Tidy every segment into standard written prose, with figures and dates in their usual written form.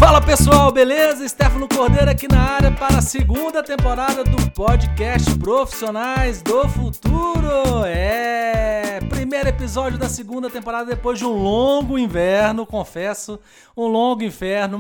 Fala pessoal, beleza? Stefano Cordeiro aqui na área para a segunda temporada do podcast Profissionais do Futuro. Primeiro episódio da segunda temporada depois de um longo inverno, confesso, um longo inferno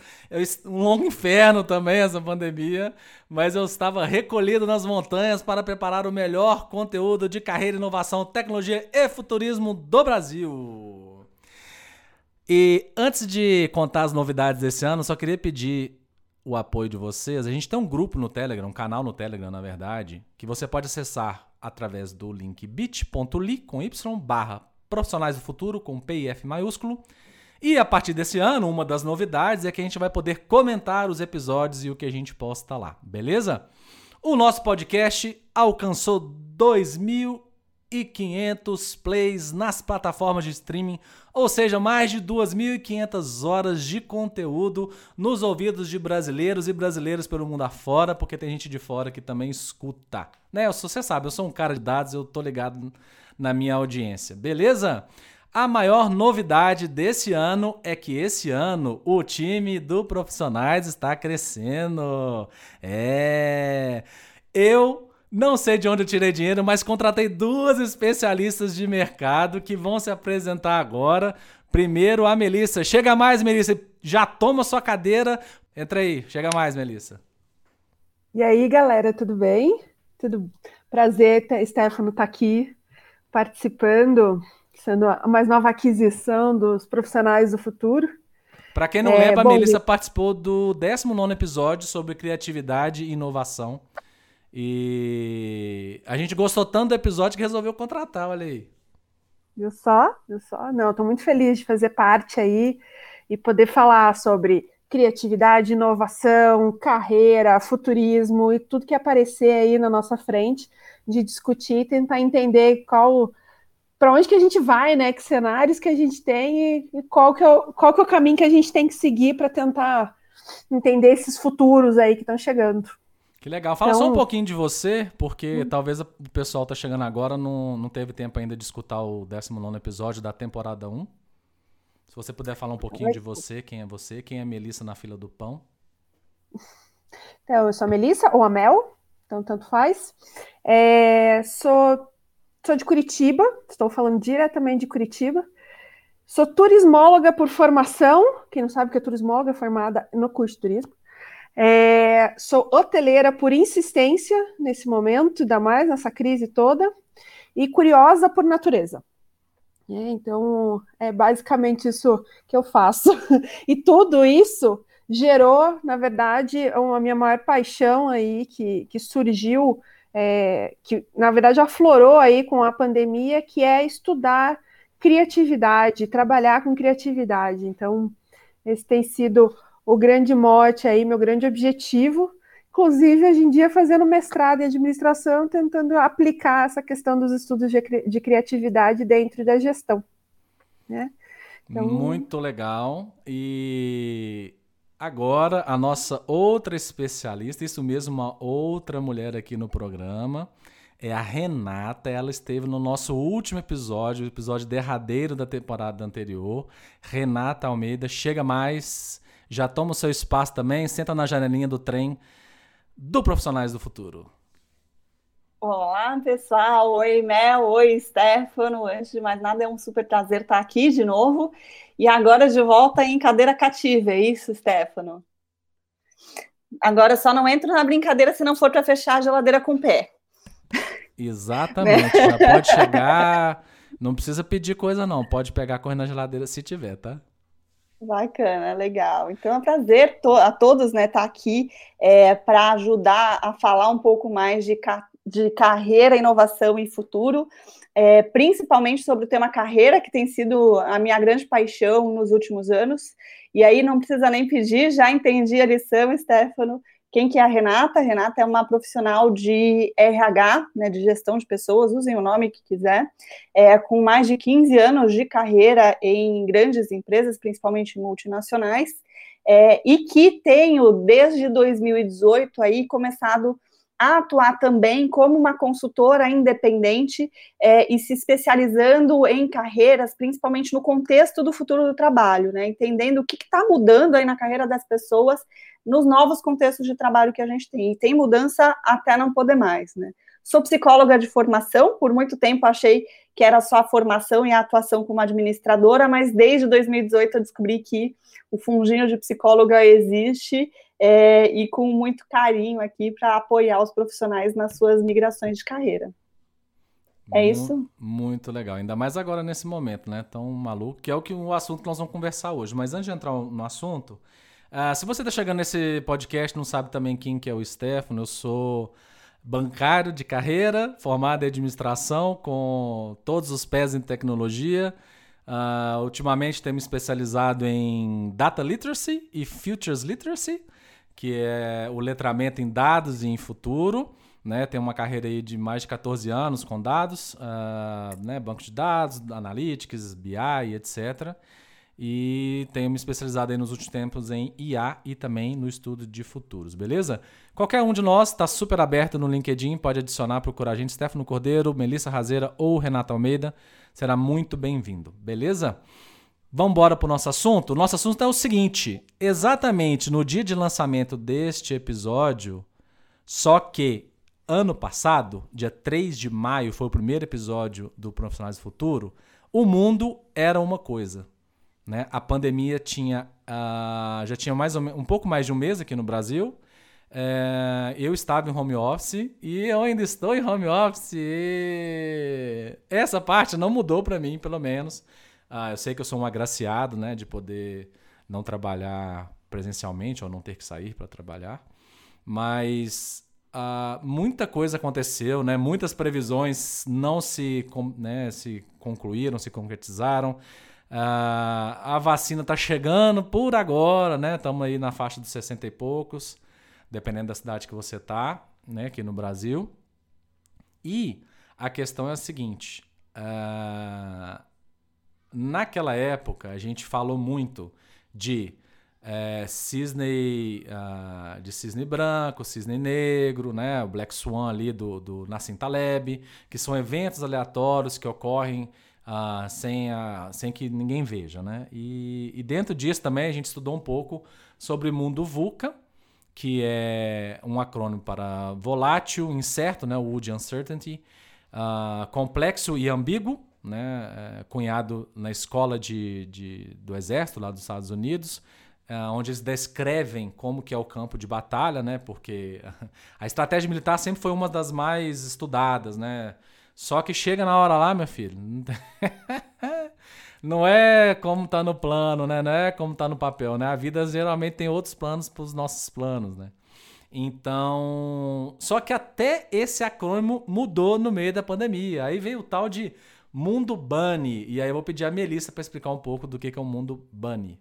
também essa pandemia, mas eu estava recolhido nas montanhas para preparar o melhor conteúdo de carreira, inovação, tecnologia e futurismo do Brasil. E antes de contar as novidades desse ano, só queria pedir o apoio de vocês. A gente tem um grupo no Telegram, um canal no Telegram, na verdade, que você pode acessar através do link bit.ly com y/profissionais do futuro com PIF maiúsculo. E a partir desse ano, uma das novidades é que a gente vai poder comentar os episódios e o que a gente posta lá, beleza? O nosso podcast alcançou 2.500 plays nas plataformas de streaming, ou seja, mais de 2.500 horas de conteúdo nos ouvidos de brasileiros e brasileiras pelo mundo afora, porque tem gente de fora que também escuta, né? Você sabe, eu sou um cara de dados, eu tô ligado na minha audiência, beleza? A maior novidade desse ano é que esse ano o time do Profissionais está crescendo. Eu não sei de onde eu tirei dinheiro, mas contratei 2 especialistas de mercado que vão se apresentar agora. Primeiro, a Melissa. Chega mais, Melissa. Já toma sua cadeira. Entra aí. Chega mais, Melissa. E aí, galera, tudo bem? Tudo prazer, Stefano tá aqui participando, sendo a mais nova aquisição dos Profissionais do Futuro. Para quem não lembra, a Melissa participou do 19º episódio sobre criatividade e inovação. E a gente gostou tanto do episódio que resolveu contratar, olha aí. Viu só? Não, estou muito feliz de fazer parte aí e poder falar sobre criatividade, inovação, carreira, futurismo e tudo que aparecer aí na nossa frente, de discutir e tentar entender para onde que a gente vai, né? Que cenários que a gente tem e qual que é o caminho que a gente tem que seguir para tentar entender esses futuros aí que estão chegando. Que legal. Fala só um pouquinho de você, porque talvez o pessoal tá chegando agora, não teve tempo ainda de escutar o 19º episódio da temporada 1. Se você puder falar um pouquinho de você, quem é a Melissa na fila do pão? Então, eu sou a Melissa, ou a Mel, então tanto faz. Sou de Curitiba, estou falando diretamente de Curitiba. Sou turismóloga por formação, quem não sabe o que é turismóloga, é formada no curso de turismo. Sou hoteleira por insistência nesse momento, ainda mais nessa crise toda, e curiosa por natureza. Então, é basicamente isso que eu faço. E tudo isso gerou, na verdade, a minha maior paixão aí, que surgiu, que na verdade aflorou aí com a pandemia, que é estudar criatividade, trabalhar com criatividade. Então, esse tem sido o grande mote aí, meu grande objetivo, inclusive hoje em dia fazendo mestrado em administração, tentando aplicar essa questão dos estudos de criatividade dentro da gestão, né? Então... Muito legal. E agora a nossa outra especialista, isso mesmo, uma outra mulher aqui no programa, é a Renata. Ela esteve no nosso último episódio, o episódio derradeiro da temporada anterior. Renata Almeida, chega mais... Já toma o seu espaço também, senta na janelinha do trem do Profissionais do Futuro. Olá, pessoal. Oi, Mel. Oi, Stefano. Antes de mais nada, é um super prazer estar aqui de novo. E agora de volta em cadeira cativa, é isso, Stefano? Agora só não entro na brincadeira se não for para fechar a geladeira com o pé. Exatamente. Já pode chegar, não precisa pedir coisa não, pode pegar correndo na geladeira se tiver, tá? Bacana, legal. Então é um prazer a todos, né, estar aqui para ajudar a falar um pouco mais de carreira, inovação e futuro, principalmente sobre o tema carreira, que tem sido a minha grande paixão nos últimos anos. E aí não precisa nem pedir, já entendi a lição, Stefano. Quem que é a Renata? A Renata é uma profissional de RH, né, de gestão de pessoas, usem o nome que quiser, com mais de 15 anos de carreira em grandes empresas, principalmente multinacionais, e que tenho, desde 2018, aí, começado a atuar também como uma consultora independente e se especializando em carreiras, principalmente no contexto do futuro do trabalho, né? Entendendo o que está mudando aí na carreira das pessoas nos novos contextos de trabalho que a gente tem. E tem mudança até não poder mais, né? Sou psicóloga de formação, por muito tempo achei que era só a formação e a atuação como administradora, mas desde 2018 eu descobri que o fundinho de psicóloga existe e com muito carinho aqui para apoiar os profissionais nas suas migrações de carreira. É isso? Muito legal, ainda mais agora nesse momento, né? Tão maluco, que é o assunto que nós vamos conversar hoje. Mas antes de entrar no assunto, se você está chegando nesse podcast e não sabe também quem que é o Stefano, eu sou bancário de carreira, formado em administração, com todos os pés em tecnologia. Ultimamente tenho me especializado em Data Literacy e Futures Literacy, que é o letramento em dados e em futuro, né? Tenho uma carreira aí de mais de 14 anos com dados, né? Banco de dados, Analytics, BI, etc. E tenho me especializado aí nos últimos tempos em IA e também no estudo de futuros, beleza? Qualquer um de nós está super aberto no LinkedIn, pode adicionar, procurar a gente, Stefano Cordeiro, Melissa Razeira ou Renato Almeida, será muito bem-vindo, beleza? Vamos embora para o nosso assunto? O nosso assunto é o seguinte, exatamente no dia de lançamento deste episódio, só que ano passado, dia 3 de maio, foi o primeiro episódio do Profissionais do Futuro, o mundo era uma coisa, né? A pandemia já tinha um pouco mais de um mês aqui no Brasil. Eu estava em home office e eu ainda estou em home office. Essa parte não mudou para mim, pelo menos. Eu sei que eu sou um agraciado, né, de poder não trabalhar presencialmente ou não ter que sair para trabalhar. Mas muita coisa aconteceu, né? Muitas previsões não se concluíram, se concretizaram. A vacina está chegando por agora, né? Estamos aí na faixa dos 60 e poucos, dependendo da cidade que você está, né? Aqui no Brasil. E a questão é a seguinte, naquela época a gente falou muito de cisne branco, cisne negro, né? O Black Swan ali do Nassim Taleb, que são eventos aleatórios que ocorrem sem que ninguém veja, né? E dentro disso também a gente estudou um pouco sobre o mundo VUCA, que é um acrônimo para volátil, incerto, né? O Wood Uncertainty, complexo e ambíguo, né? Cunhado na escola do Exército lá dos Estados Unidos, onde eles descrevem como que é o campo de batalha, né? Porque a estratégia militar sempre foi uma das mais estudadas, né? Só que chega na hora lá, meu filho, não é como tá no plano, né? Não é como tá no papel, né? A vida geralmente tem outros planos para os nossos planos, né? Então, só que até esse acrônimo mudou no meio da pandemia. Aí veio o tal de Mundo Bunny. E aí eu vou pedir a Melissa para explicar um pouco do que é o Mundo Bunny.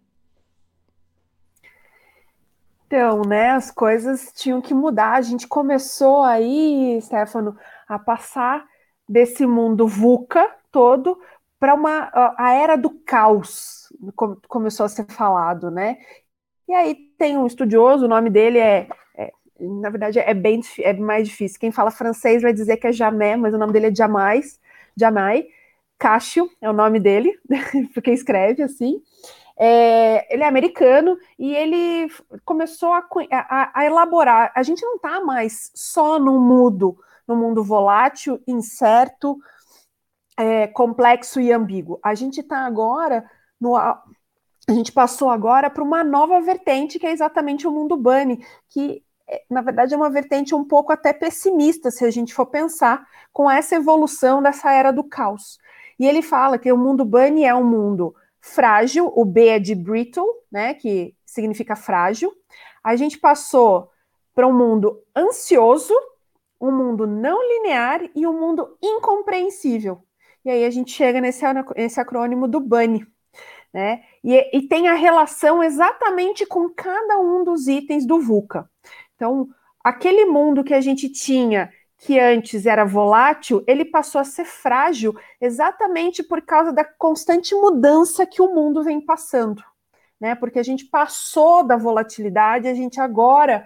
Então, né, as coisas tinham que mudar. A gente começou aí, Stefano, a passar desse mundo VUCA todo para a era do caos, começou a ser falado, né? E aí tem um estudioso, o nome dele na verdade é mais difícil. Quem fala francês vai dizer que é Jamé, mas o nome dele é Jamai Cacho é o nome dele, porque escreve assim. Ele é americano e ele começou a elaborar. A gente não está mais só no mundo volátil, incerto, complexo e ambíguo. A gente está agora a gente passou agora para uma nova vertente, que é exatamente o mundo Bunny, que na verdade é uma vertente um pouco até pessimista, se a gente for pensar, com essa evolução dessa era do caos. E ele fala que o mundo Bunny é um mundo frágil, o B é de brittle, né, que significa frágil. A gente passou para um mundo ansioso, um mundo não linear e um mundo incompreensível. E aí a gente chega nesse acrônimo do Bunny, né? E tem a relação exatamente com cada um dos itens do VUCA. Então, aquele mundo que a gente tinha, que antes era volátil, ele passou a ser frágil exatamente por causa da constante mudança que o mundo vem passando, né? Porque a gente passou da volatilidade, a gente agora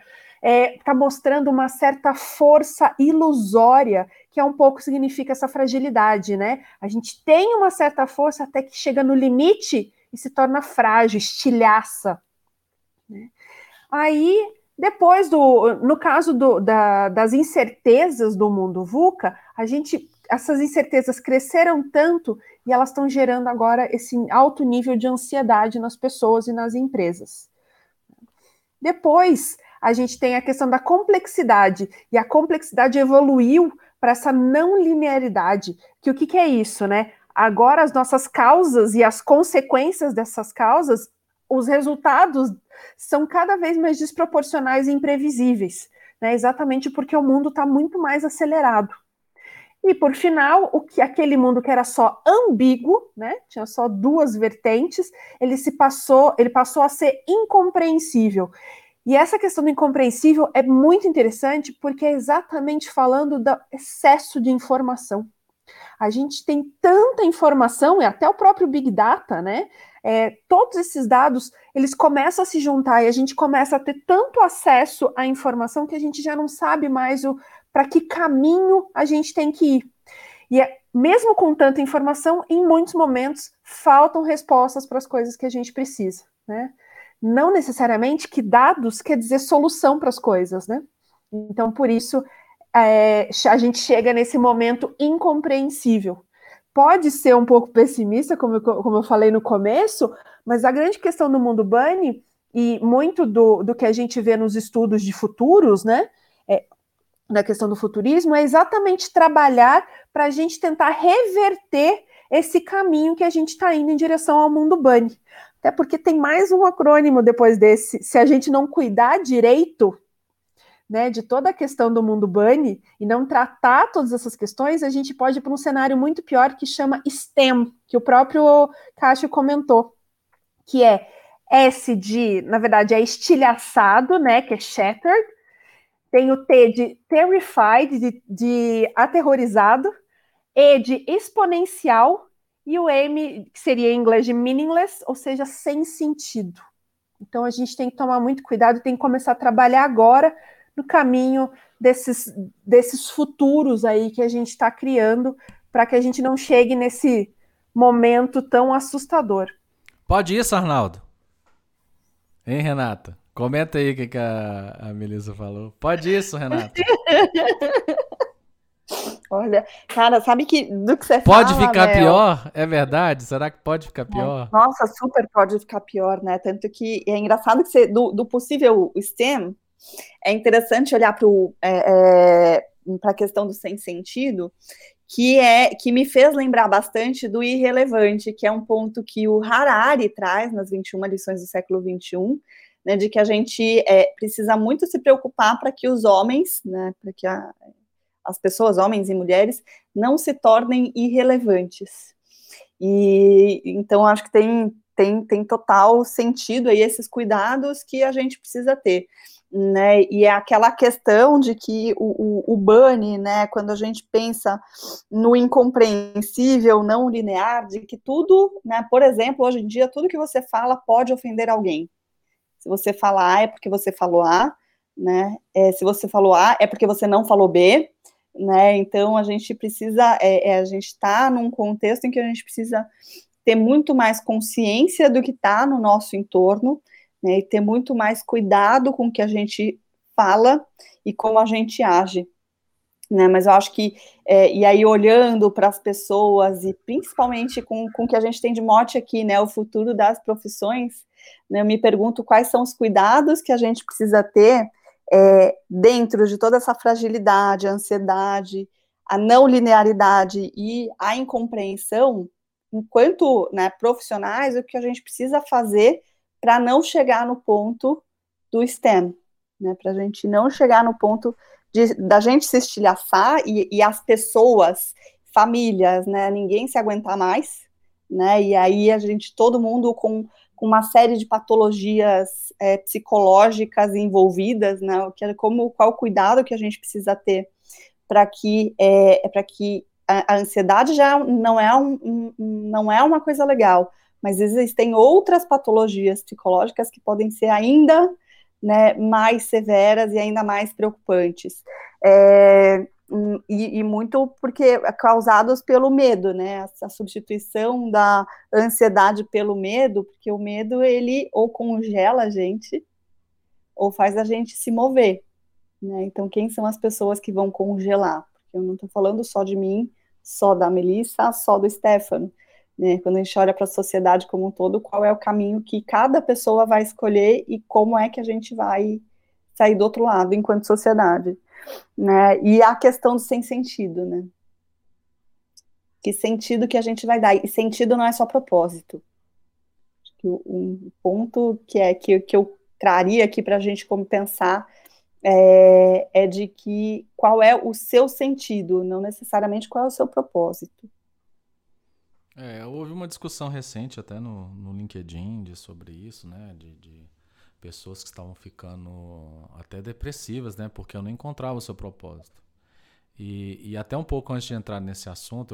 está mostrando uma certa força ilusória, que é um pouco significa essa fragilidade, né? A gente tem uma certa força até que chega no limite e se torna frágil, estilhaça, né? Aí, depois no caso das incertezas do mundo VUCA, essas incertezas cresceram tanto e elas estão gerando agora esse alto nível de ansiedade nas pessoas e nas empresas. Depois, a gente tem a questão da complexidade, e a complexidade evoluiu para essa não linearidade, que o que é isso, né? Agora as nossas causas e as consequências dessas causas, os resultados são cada vez mais desproporcionais e imprevisíveis, né? Exatamente porque o mundo está muito mais acelerado. E, por final, aquele mundo que era só ambíguo, né, tinha só duas vertentes, ele passou a ser incompreensível. E essa questão do incompreensível é muito interessante porque é exatamente falando do excesso de informação. A gente tem tanta informação, e até o próprio Big Data, né? Todos esses dados, eles começam a se juntar e a gente começa a ter tanto acesso à informação que a gente já não sabe mais para que caminho a gente tem que ir. E mesmo com tanta informação, em muitos momentos faltam respostas para as coisas que a gente precisa, né? Não necessariamente que dados quer dizer solução para as coisas, né? Então, por isso, a gente chega nesse momento incompreensível. Pode ser um pouco pessimista, como eu falei no começo, mas a grande questão do mundo Bunny, e muito do que a gente vê nos estudos de futuros, né? Na questão do futurismo, é exatamente trabalhar para a gente tentar reverter esse caminho que a gente está indo em direção ao mundo Bunny. Até porque tem mais um acrônimo depois desse. Se a gente não cuidar direito, né, de toda a questão do mundo Bunny e não tratar todas essas questões, a gente pode ir para um cenário muito pior que chama STEM, que o próprio Cássio comentou, que é S de, na verdade, é estilhaçado, né, que é shattered. Tem o T de terrified, de aterrorizado, E de exponencial, e o M, que seria em inglês de meaningless, ou seja, sem sentido. Então a gente tem que tomar muito cuidado, tem que começar a trabalhar agora no caminho desses futuros aí que a gente está criando, para que a gente não chegue nesse momento tão assustador. Pode isso, Arnaldo? Hein, Renata? Comenta aí o que a Melissa falou. Pode isso, Renata? Olha, cara, sabe que do que você pode fala, ficar Mel, pior? É verdade? Será que pode ficar pior? Nossa, super pode ficar pior, né? Tanto que é engraçado que você, do possível STEM, é interessante olhar para a questão do sem sentido, que me fez lembrar bastante do irrelevante, que é um ponto que o Harari traz nas 21 lições do século XXI, né, de que a gente precisa muito se preocupar para que os homens, né, para que as pessoas, homens e mulheres, não se tornem irrelevantes. E então acho que tem total sentido aí esses cuidados que a gente precisa ter, né? E é aquela questão de que o Bunny, né, quando a gente pensa no incompreensível, não linear, de que tudo, né, por exemplo, hoje em dia, tudo que você fala pode ofender alguém. Se você falar A, é porque você falou A, né? Se você falou A, é porque você não falou B, né? Então a gente precisa, a gente está num contexto em que a gente precisa ter muito mais consciência do que está no nosso entorno, né? E ter muito mais cuidado com o que a gente fala e como a gente age, né? Mas eu acho que, e aí olhando para as pessoas e principalmente com o que a gente tem de mote aqui, né? O futuro das profissões, né, eu me pergunto quais são os cuidados que a gente precisa ter dentro de toda essa fragilidade, a ansiedade, a não linearidade e a incompreensão, enquanto, né, profissionais, o que a gente precisa fazer para não chegar no ponto do STEM, né, para a gente não chegar no ponto da gente se estilhaçar e as pessoas, famílias, né, ninguém se aguentar mais, né, e aí todo mundo com uma série de patologias psicológicas envolvidas, né? Qual o cuidado que a gente precisa ter para que a ansiedade já não é uma coisa legal, mas existem outras patologias psicológicas que podem ser ainda, né, mais severas e ainda mais preocupantes. E muito porque causados pelo medo, né? A substituição da ansiedade pelo medo, porque o medo, ele ou congela a gente, ou faz a gente se mover, né? Então, quem são as pessoas que vão congelar? Porque eu não estou falando só de mim, só da Melissa, só do Stefano, né? Quando a gente olha para a sociedade como um todo, qual é o caminho que cada pessoa vai escolher e como é que a gente vai sair do outro lado enquanto sociedade, né? E a questão do sem sentido, né? Que sentido que a gente vai dar? E sentido não é só propósito. Um ponto que eu traria aqui para a gente como pensar é de que qual é o seu sentido, não necessariamente qual é o seu propósito. Houve uma discussão recente até no LinkedIn sobre isso, né? De pessoas que estavam ficando até depressivas, né? Porque eu não encontrava o seu propósito. E até um pouco antes de entrar nesse assunto,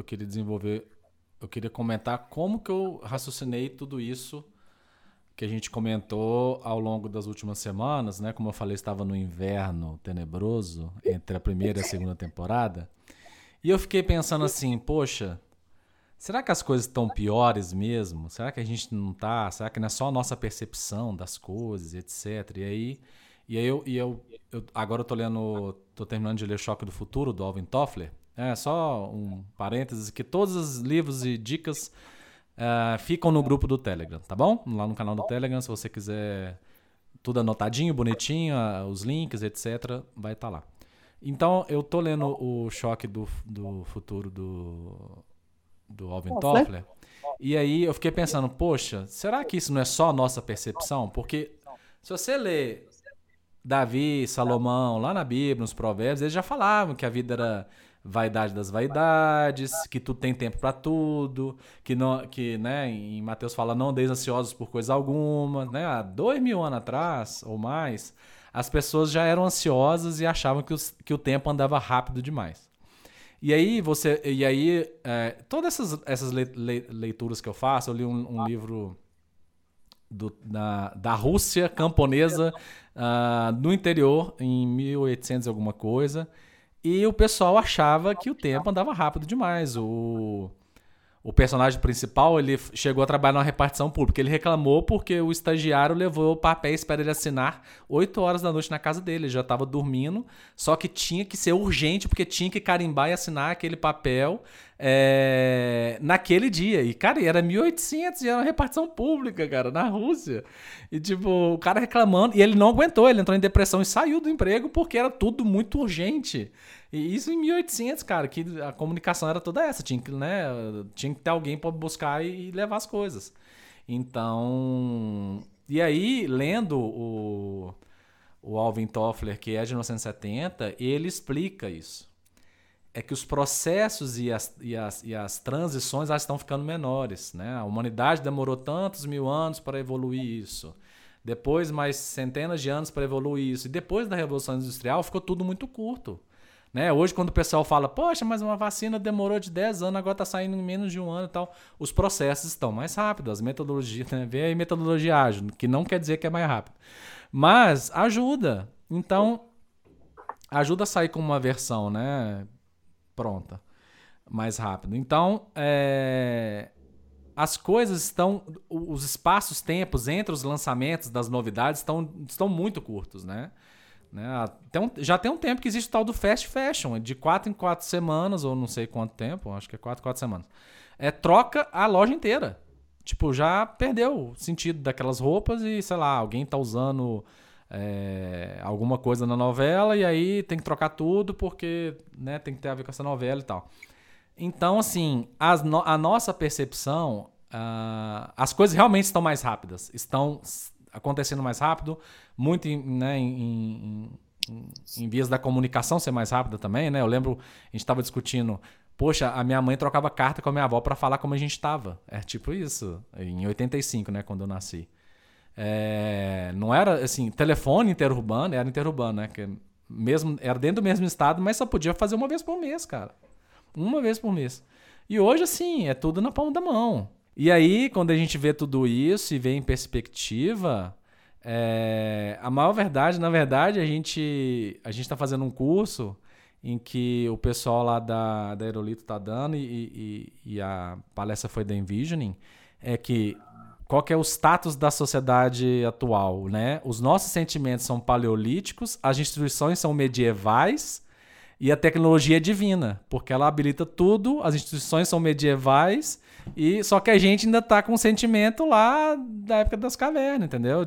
eu queria comentar como que eu raciocinei tudo isso que a gente comentou ao longo das últimas semanas, né? Como eu falei, estava no inverno tenebroso entre a primeira e a segunda temporada. E eu fiquei pensando assim, poxa, será que as coisas estão piores mesmo? Será que a gente não tá? Será que não é só a nossa percepção das coisas, etc. E aí eu agora eu tô terminando de ler Choque do Futuro, do Alvin Toffler. Só um parênteses, que todos os livros e dicas ficam no grupo do Telegram, tá bom? Lá no canal do Telegram, se você quiser tudo anotadinho, bonitinho, os links, etc., vai estar lá. Então, eu tô lendo o Choque do Futuro do Alvin Toffler, e aí eu fiquei pensando, poxa, será que isso não é só a nossa percepção? Porque se você lê Davi, Salomão, lá na Bíblia, nos Provérbios, eles já falavam que a vida era vaidade das vaidades, que tu tem tempo para tudo, que né, em Mateus fala, não andeis ansiosos por coisa alguma, né? Há 2000 anos atrás, ou mais, as pessoas já eram ansiosas e achavam que o tempo andava rápido demais. E aí, todas essas leituras que eu faço, eu li um livro da Rússia camponesa, no interior, em 1800 alguma coisa, e o pessoal achava que o tempo andava rápido demais. O personagem principal, ele chegou a trabalhar numa repartição pública. Ele reclamou porque o estagiário levou papéis para ele assinar 8 horas da noite na casa dele. Ele já estava dormindo, só que tinha que ser urgente, porque tinha que carimbar e assinar aquele papel naquele dia. E, cara, era 1800 e era uma repartição pública, cara, na Rússia. E, tipo, o cara reclamando. E ele não aguentou, ele entrou em depressão e saiu do emprego porque era tudo muito urgente. E isso em 1800, cara, que a comunicação era toda essa. Tinha que ter alguém para buscar e levar as coisas. Então... E aí, lendo o Alvin Toffler, que é de 1970, ele explica isso. É que os processos e as transições elas estão ficando menores, né? A humanidade demorou tantos mil anos para evoluir isso. Depois, mais centenas de anos para evoluir isso. E depois da Revolução Industrial, ficou tudo muito curto. Né? Hoje, quando o pessoal fala, poxa, mas uma vacina demorou de 10 anos, agora está saindo em menos de um ano e tal. Os processos estão mais rápidos, as metodologias, né? Vem aí metodologia ágil, que não quer dizer que é mais rápido. Mas ajuda. Então, ajuda a sair com uma versão, né? Pronta, mais rápido. Então, as coisas estão... Os espaços-tempos entre os lançamentos das novidades estão muito curtos, né? Já tem um tempo que existe o tal do fast fashion, de 4 em 4 semanas, ou não sei quanto tempo, acho que é 4 em 4 semanas. Troca a loja inteira. Tipo, já perdeu o sentido daquelas roupas e, sei lá, alguém tá usando alguma coisa na novela e aí tem que trocar tudo porque, né, tem que ter a ver com essa novela e tal. Então, assim, a nossa percepção, as coisas realmente estão mais rápidas, estão acontecendo mais rápido, muito em vias da comunicação ser mais rápida também, né? Eu lembro, a gente estava discutindo, poxa, a minha mãe trocava carta com a minha avó para falar como a gente estava. É tipo isso, em 85, né, quando eu nasci. Não era, assim, telefone interurbano, era interurbano, né? Que mesmo, era dentro do mesmo estado, mas só podia fazer uma vez por mês, cara. Uma vez por mês. E hoje, assim, é tudo na palma da mão. E aí, quando a gente vê tudo isso e vê em perspectiva, A maior verdade, na verdade, a gente está fazendo um curso em que o pessoal lá da Aerolito está dando e a palestra foi da Envisioning, que qual que é o status da sociedade atual, né? Os nossos sentimentos são paleolíticos, as instituições são medievais e a tecnologia é divina, porque ela habilita tudo, as instituições são medievais, só que a gente ainda está com o sentimento lá da época das cavernas, entendeu?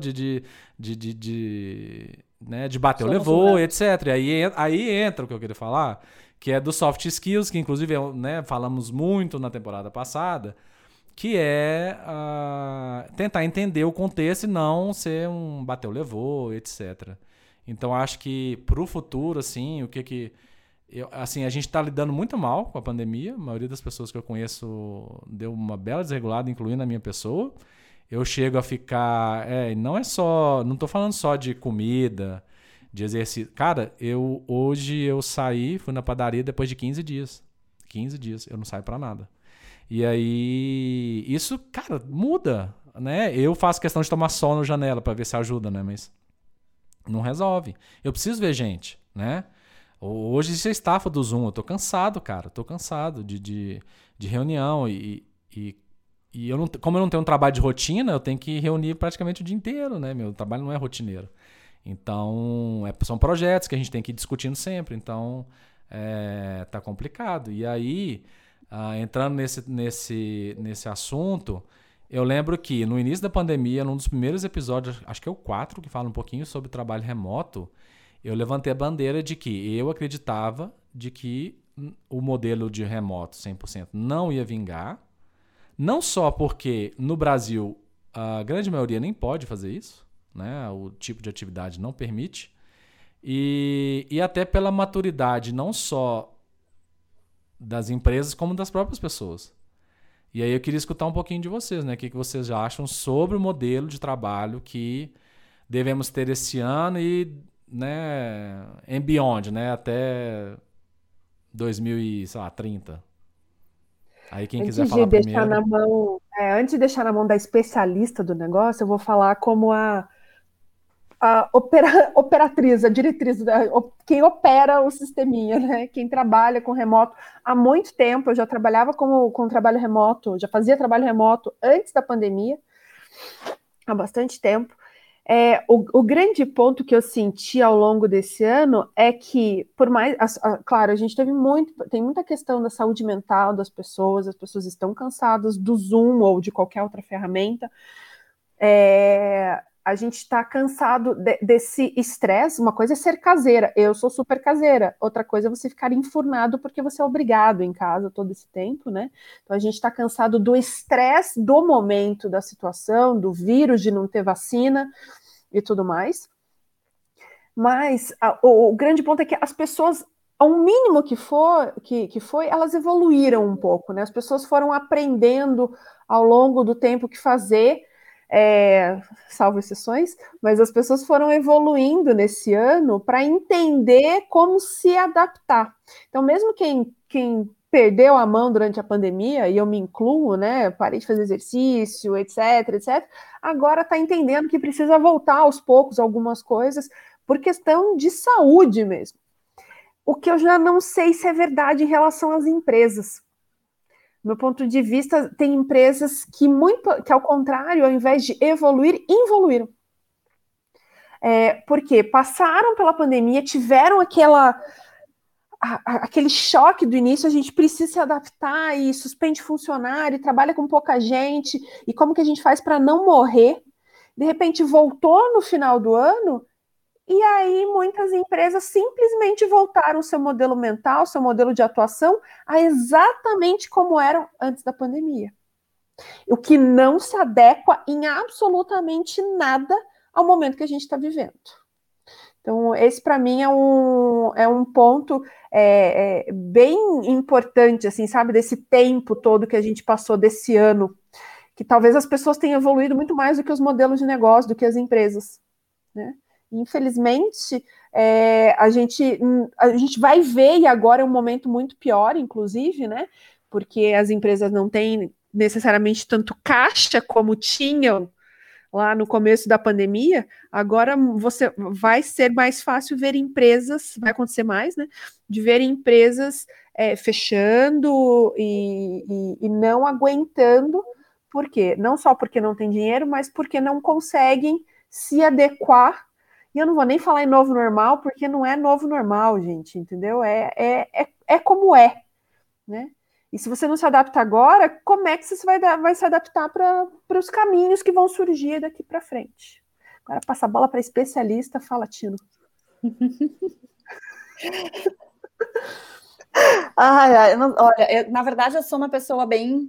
Né, de bater o levou, etc. E aí entra o que eu queria falar, que é do soft skills, que inclusive né, falamos muito na temporada passada, que é tentar entender o contexto e não ser um bateu, levou, etc. Então, acho que para o futuro, assim, a gente está lidando muito mal com a pandemia. A maioria das pessoas que eu conheço deu uma bela desregulada, incluindo a minha pessoa. Eu chego a ficar... não estou falando só de comida, de exercício. Cara, hoje eu saí, fui na padaria depois de 15 dias. 15 dias, eu não saio para nada. E aí, isso, cara, muda, né? Eu faço questão de tomar sol na janela para ver se ajuda, né? Mas não resolve. Eu preciso ver gente, né? Hoje isso é estafa do Zoom. Eu tô cansado, cara. Tô cansado de reunião e eu não, como eu não tenho um trabalho de rotina, eu tenho que reunir praticamente o dia inteiro, né? Meu trabalho não é rotineiro. Então, são projetos que a gente tem que ir discutindo sempre. Então, tá complicado. E aí... entrando nesse assunto, eu lembro que no início da pandemia, num dos primeiros episódios, acho que é o 4, que fala um pouquinho sobre trabalho remoto, eu levantei a bandeira de que eu acreditava de que o modelo de remoto 100% não ia vingar, não só porque no Brasil a grande maioria nem pode fazer isso, né? O tipo de atividade não permite, e até pela maturidade não só das empresas como das próprias pessoas. E aí eu queria escutar um pouquinho de vocês, né? O que vocês já acham sobre o modelo de trabalho que devemos ter esse ano e, né, and beyond, né? Até 2030. Aí quem quiser falar primeiro. Antes de deixar na mão da especialista do negócio, eu vou falar como a operatriz, a diretriz, quem opera o sisteminha, né? Quem trabalha com remoto há muito tempo. Eu já trabalhava com trabalho remoto, já fazia trabalho remoto antes da pandemia, há bastante tempo. O grande ponto que eu senti ao longo desse ano é que, por mais, claro, a gente tem muita questão da saúde mental das pessoas, as pessoas estão cansadas do Zoom ou de qualquer outra ferramenta. A gente está cansado desse estresse. Uma coisa é ser caseira, eu sou super caseira, outra coisa é você ficar enfurnado porque você é obrigado em casa todo esse tempo, né? Então a gente está cansado do estresse do momento, da situação, do vírus, de não ter vacina e tudo mais. Mas o grande ponto é que as pessoas, ao mínimo que foi, elas evoluíram um pouco, né? As pessoas foram aprendendo ao longo do tempo o que fazer, salvo exceções, mas as pessoas foram evoluindo nesse ano para entender como se adaptar. Então, mesmo quem perdeu a mão durante a pandemia, e eu me incluo, né? Parei de fazer exercício, etc. Agora está entendendo que precisa voltar aos poucos algumas coisas por questão de saúde mesmo. O que eu já não sei se é verdade em relação às empresas. Do meu ponto de vista, tem empresas que ao contrário, ao invés de evoluir, involuíram. Porque passaram pela pandemia, tiveram aquele choque do início, a gente precisa se adaptar e suspende funcionário, e trabalha com pouca gente, e como que a gente faz para não morrer? De repente voltou no final do ano, e aí muitas empresas simplesmente voltaram seu modelo mental, seu modelo de atuação a exatamente como eram antes da pandemia. O que não se adequa em absolutamente nada ao momento que a gente está vivendo. Então, esse para mim é um ponto bem importante, assim, sabe, desse tempo todo que a gente passou desse ano, que talvez as pessoas tenham evoluído muito mais do que os modelos de negócio, do que as empresas, né? Infelizmente, a gente vai ver, e agora é um momento muito pior, inclusive, né? Porque as empresas não têm necessariamente tanto caixa como tinham lá no começo da pandemia, agora você vai ser mais fácil ver empresas, vai acontecer mais, né? De ver empresas fechando e não aguentando, por quê? Não só porque não tem dinheiro, mas porque não conseguem se adequar. E eu não vou nem falar em novo normal, porque não é novo normal, gente, entendeu? É como é, né? E se você não se adapta agora, como é que você vai se adaptar para os caminhos que vão surgir daqui para frente? Agora passa a bola para especialista, fala, Tino. Olha, na verdade, eu sou uma pessoa bem...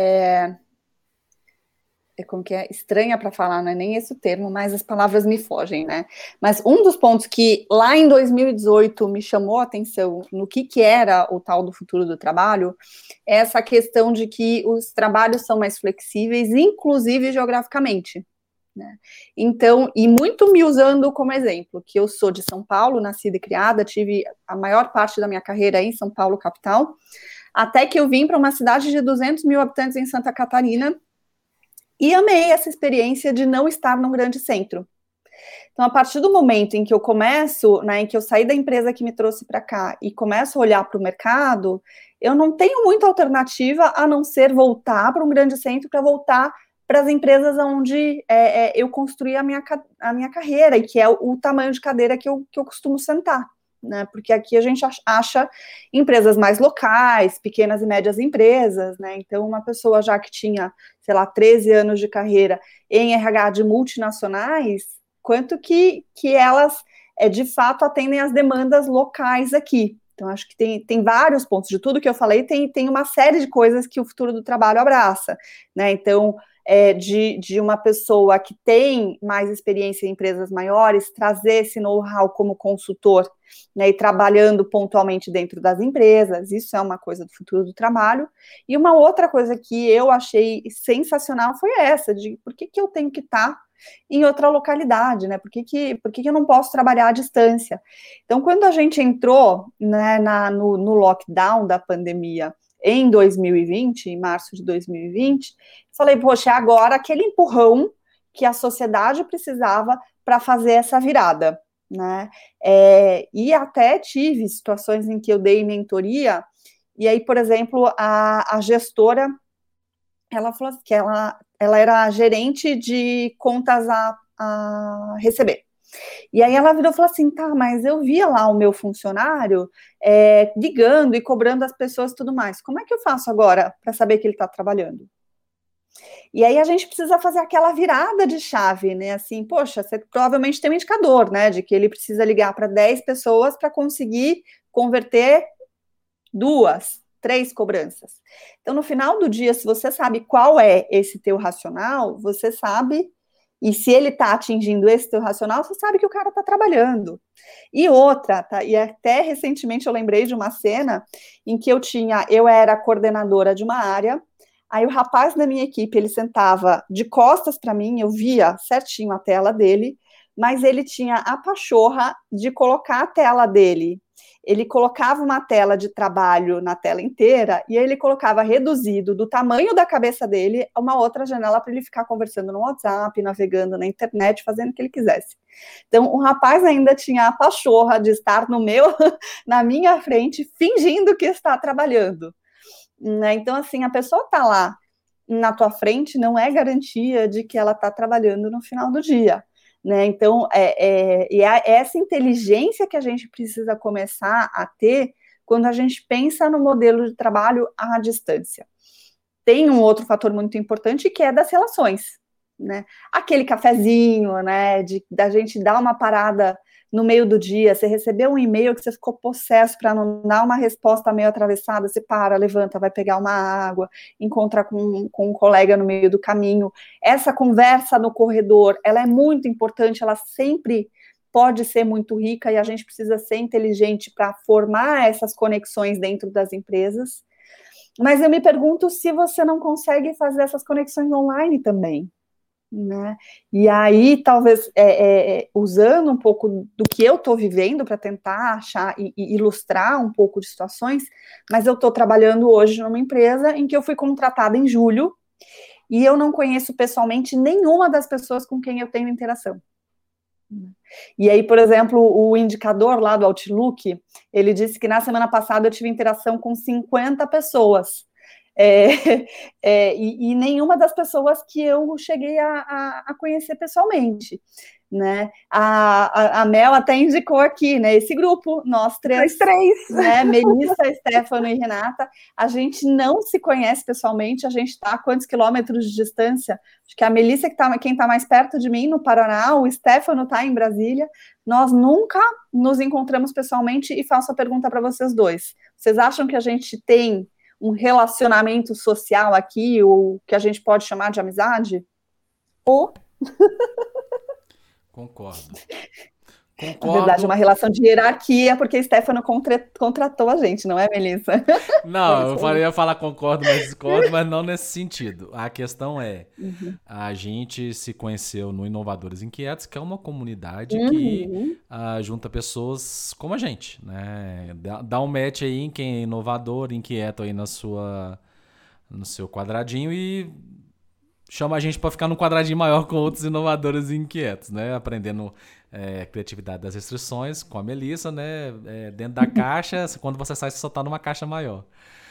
como que é? Estranha para falar, não é nem esse o termo, mas as palavras me fogem, né? Mas um dos pontos que lá em 2018 me chamou a atenção no que era o tal do futuro do trabalho, é essa questão de que os trabalhos são mais flexíveis, inclusive geograficamente, né? Então, e muito me usando como exemplo, que eu sou de São Paulo, nascida e criada, tive a maior parte da minha carreira em São Paulo, capital, até que eu vim para uma cidade de 200 mil habitantes em Santa Catarina, e amei essa experiência de não estar num grande centro. Então, a partir do momento em que eu começo, né, em que eu saí da empresa que me trouxe para cá e começo a olhar para o mercado, eu não tenho muita alternativa a não ser voltar para um grande centro, para voltar para as empresas onde eu construí a minha carreira, e que é o tamanho de cadeira que eu costumo sentar. Né, porque aqui a gente acha empresas mais locais, pequenas e médias empresas, né? Então uma pessoa já que tinha, sei lá, 13 anos de carreira em RH de multinacionais, quanto que elas de fato atendem às demandas locais aqui. Então acho que tem vários pontos, de tudo que eu falei, tem uma série de coisas que o futuro do trabalho abraça, né? Então de uma pessoa que tem mais experiência em empresas maiores, trazer esse know-how como consultor, né, e trabalhando pontualmente dentro das empresas, isso é uma coisa do futuro do trabalho. E uma outra coisa que eu achei sensacional foi essa, de por que eu tenho que estar em outra localidade, né, por que eu não posso trabalhar à distância? Então, quando a gente entrou, né, no lockdown da pandemia, em 2020, em março de 2020, falei, poxa, é agora aquele empurrão que a sociedade precisava para fazer essa virada, né? E até tive situações em que eu dei mentoria, e aí, por exemplo, a gestora, ela falou que ela era gerente de contas a receber. E aí ela virou e falou assim, tá, mas eu via lá o meu funcionário ligando e cobrando as pessoas e tudo mais. Como é que eu faço agora para saber que ele está trabalhando? E aí a gente precisa fazer aquela virada de chave, né? Assim, poxa, você provavelmente tem um indicador, né? De que ele precisa ligar para 10 pessoas para conseguir converter 2, 3 cobranças. Então, no final do dia, se você sabe qual é esse teu racional, você sabe... E se ele está atingindo esse teu racional, você sabe que o cara está trabalhando. E outra, tá? E até recentemente eu lembrei de uma cena em que eu era coordenadora de uma área, aí o rapaz da minha equipe, ele sentava de costas para mim, eu via certinho a tela dele, mas ele tinha a pachorra de colocar a tela dele. Ele colocava uma tela de trabalho na tela inteira e aí ele colocava reduzido do tamanho da cabeça dele uma outra janela para ele ficar conversando no WhatsApp, navegando na internet, fazendo o que ele quisesse. Então, o rapaz ainda tinha a pachorra de estar na minha frente, fingindo que está trabalhando. Então, assim, a pessoa está lá na tua frente não é garantia de que ela está trabalhando no final do dia. Né? Então, essa inteligência que a gente precisa começar a ter quando a gente pensa no modelo de trabalho à distância. Tem um outro fator muito importante que é das relações, né? Aquele cafezinho, né? Da gente dar uma parada no meio do dia, você recebeu um e-mail que você ficou possesso para não dar uma resposta meio atravessada, você para, levanta, vai pegar uma água, encontra com um colega no meio do caminho. Essa conversa no corredor, ela é muito importante, ela sempre pode ser muito rica e a gente precisa ser inteligente para formar essas conexões dentro das empresas. Mas eu me pergunto se você não consegue fazer essas conexões online também. Né? E aí, talvez, usando um pouco do que eu estou vivendo para tentar achar e ilustrar um pouco de situações, mas eu estou trabalhando hoje numa empresa em que eu fui contratada em julho, e eu não conheço pessoalmente nenhuma das pessoas com quem eu tenho interação. E aí, por exemplo, o indicador lá do Outlook, ele disse que na semana passada eu tive interação com 50 pessoas. E nenhuma das pessoas que eu cheguei a conhecer pessoalmente, né? A Mel até indicou aqui, né? Esse grupo, nós três, né? Melissa, Stefano e Renata, a gente não se conhece pessoalmente, a gente está a quantos quilômetros de distância? Acho que a Melissa quem está mais perto de mim, no Paraná, o Stefano está em Brasília, nós nunca nos encontramos pessoalmente, e faço a pergunta para vocês dois. Vocês acham que a gente tem um relacionamento social aqui, ou que a gente pode chamar de amizade? Ou... Concordo. Na verdade, uma relação de hierarquia, porque Stefano contratou a gente, não é, Melissa? Não, eu ia falar concordo, mas discordo, mas não nesse sentido. A questão é, a gente se conheceu no Inovadores Inquietos, que é uma comunidade que junta pessoas como a gente, né? Dá um match aí em quem é inovador, inquieto aí no seu quadradinho e chama a gente para ficar num quadradinho maior com outros inovadores inquietos, né? Aprendendo criatividade das restrições com a Melissa, né? Dentro da caixa, quando você sai, você só tá numa caixa maior.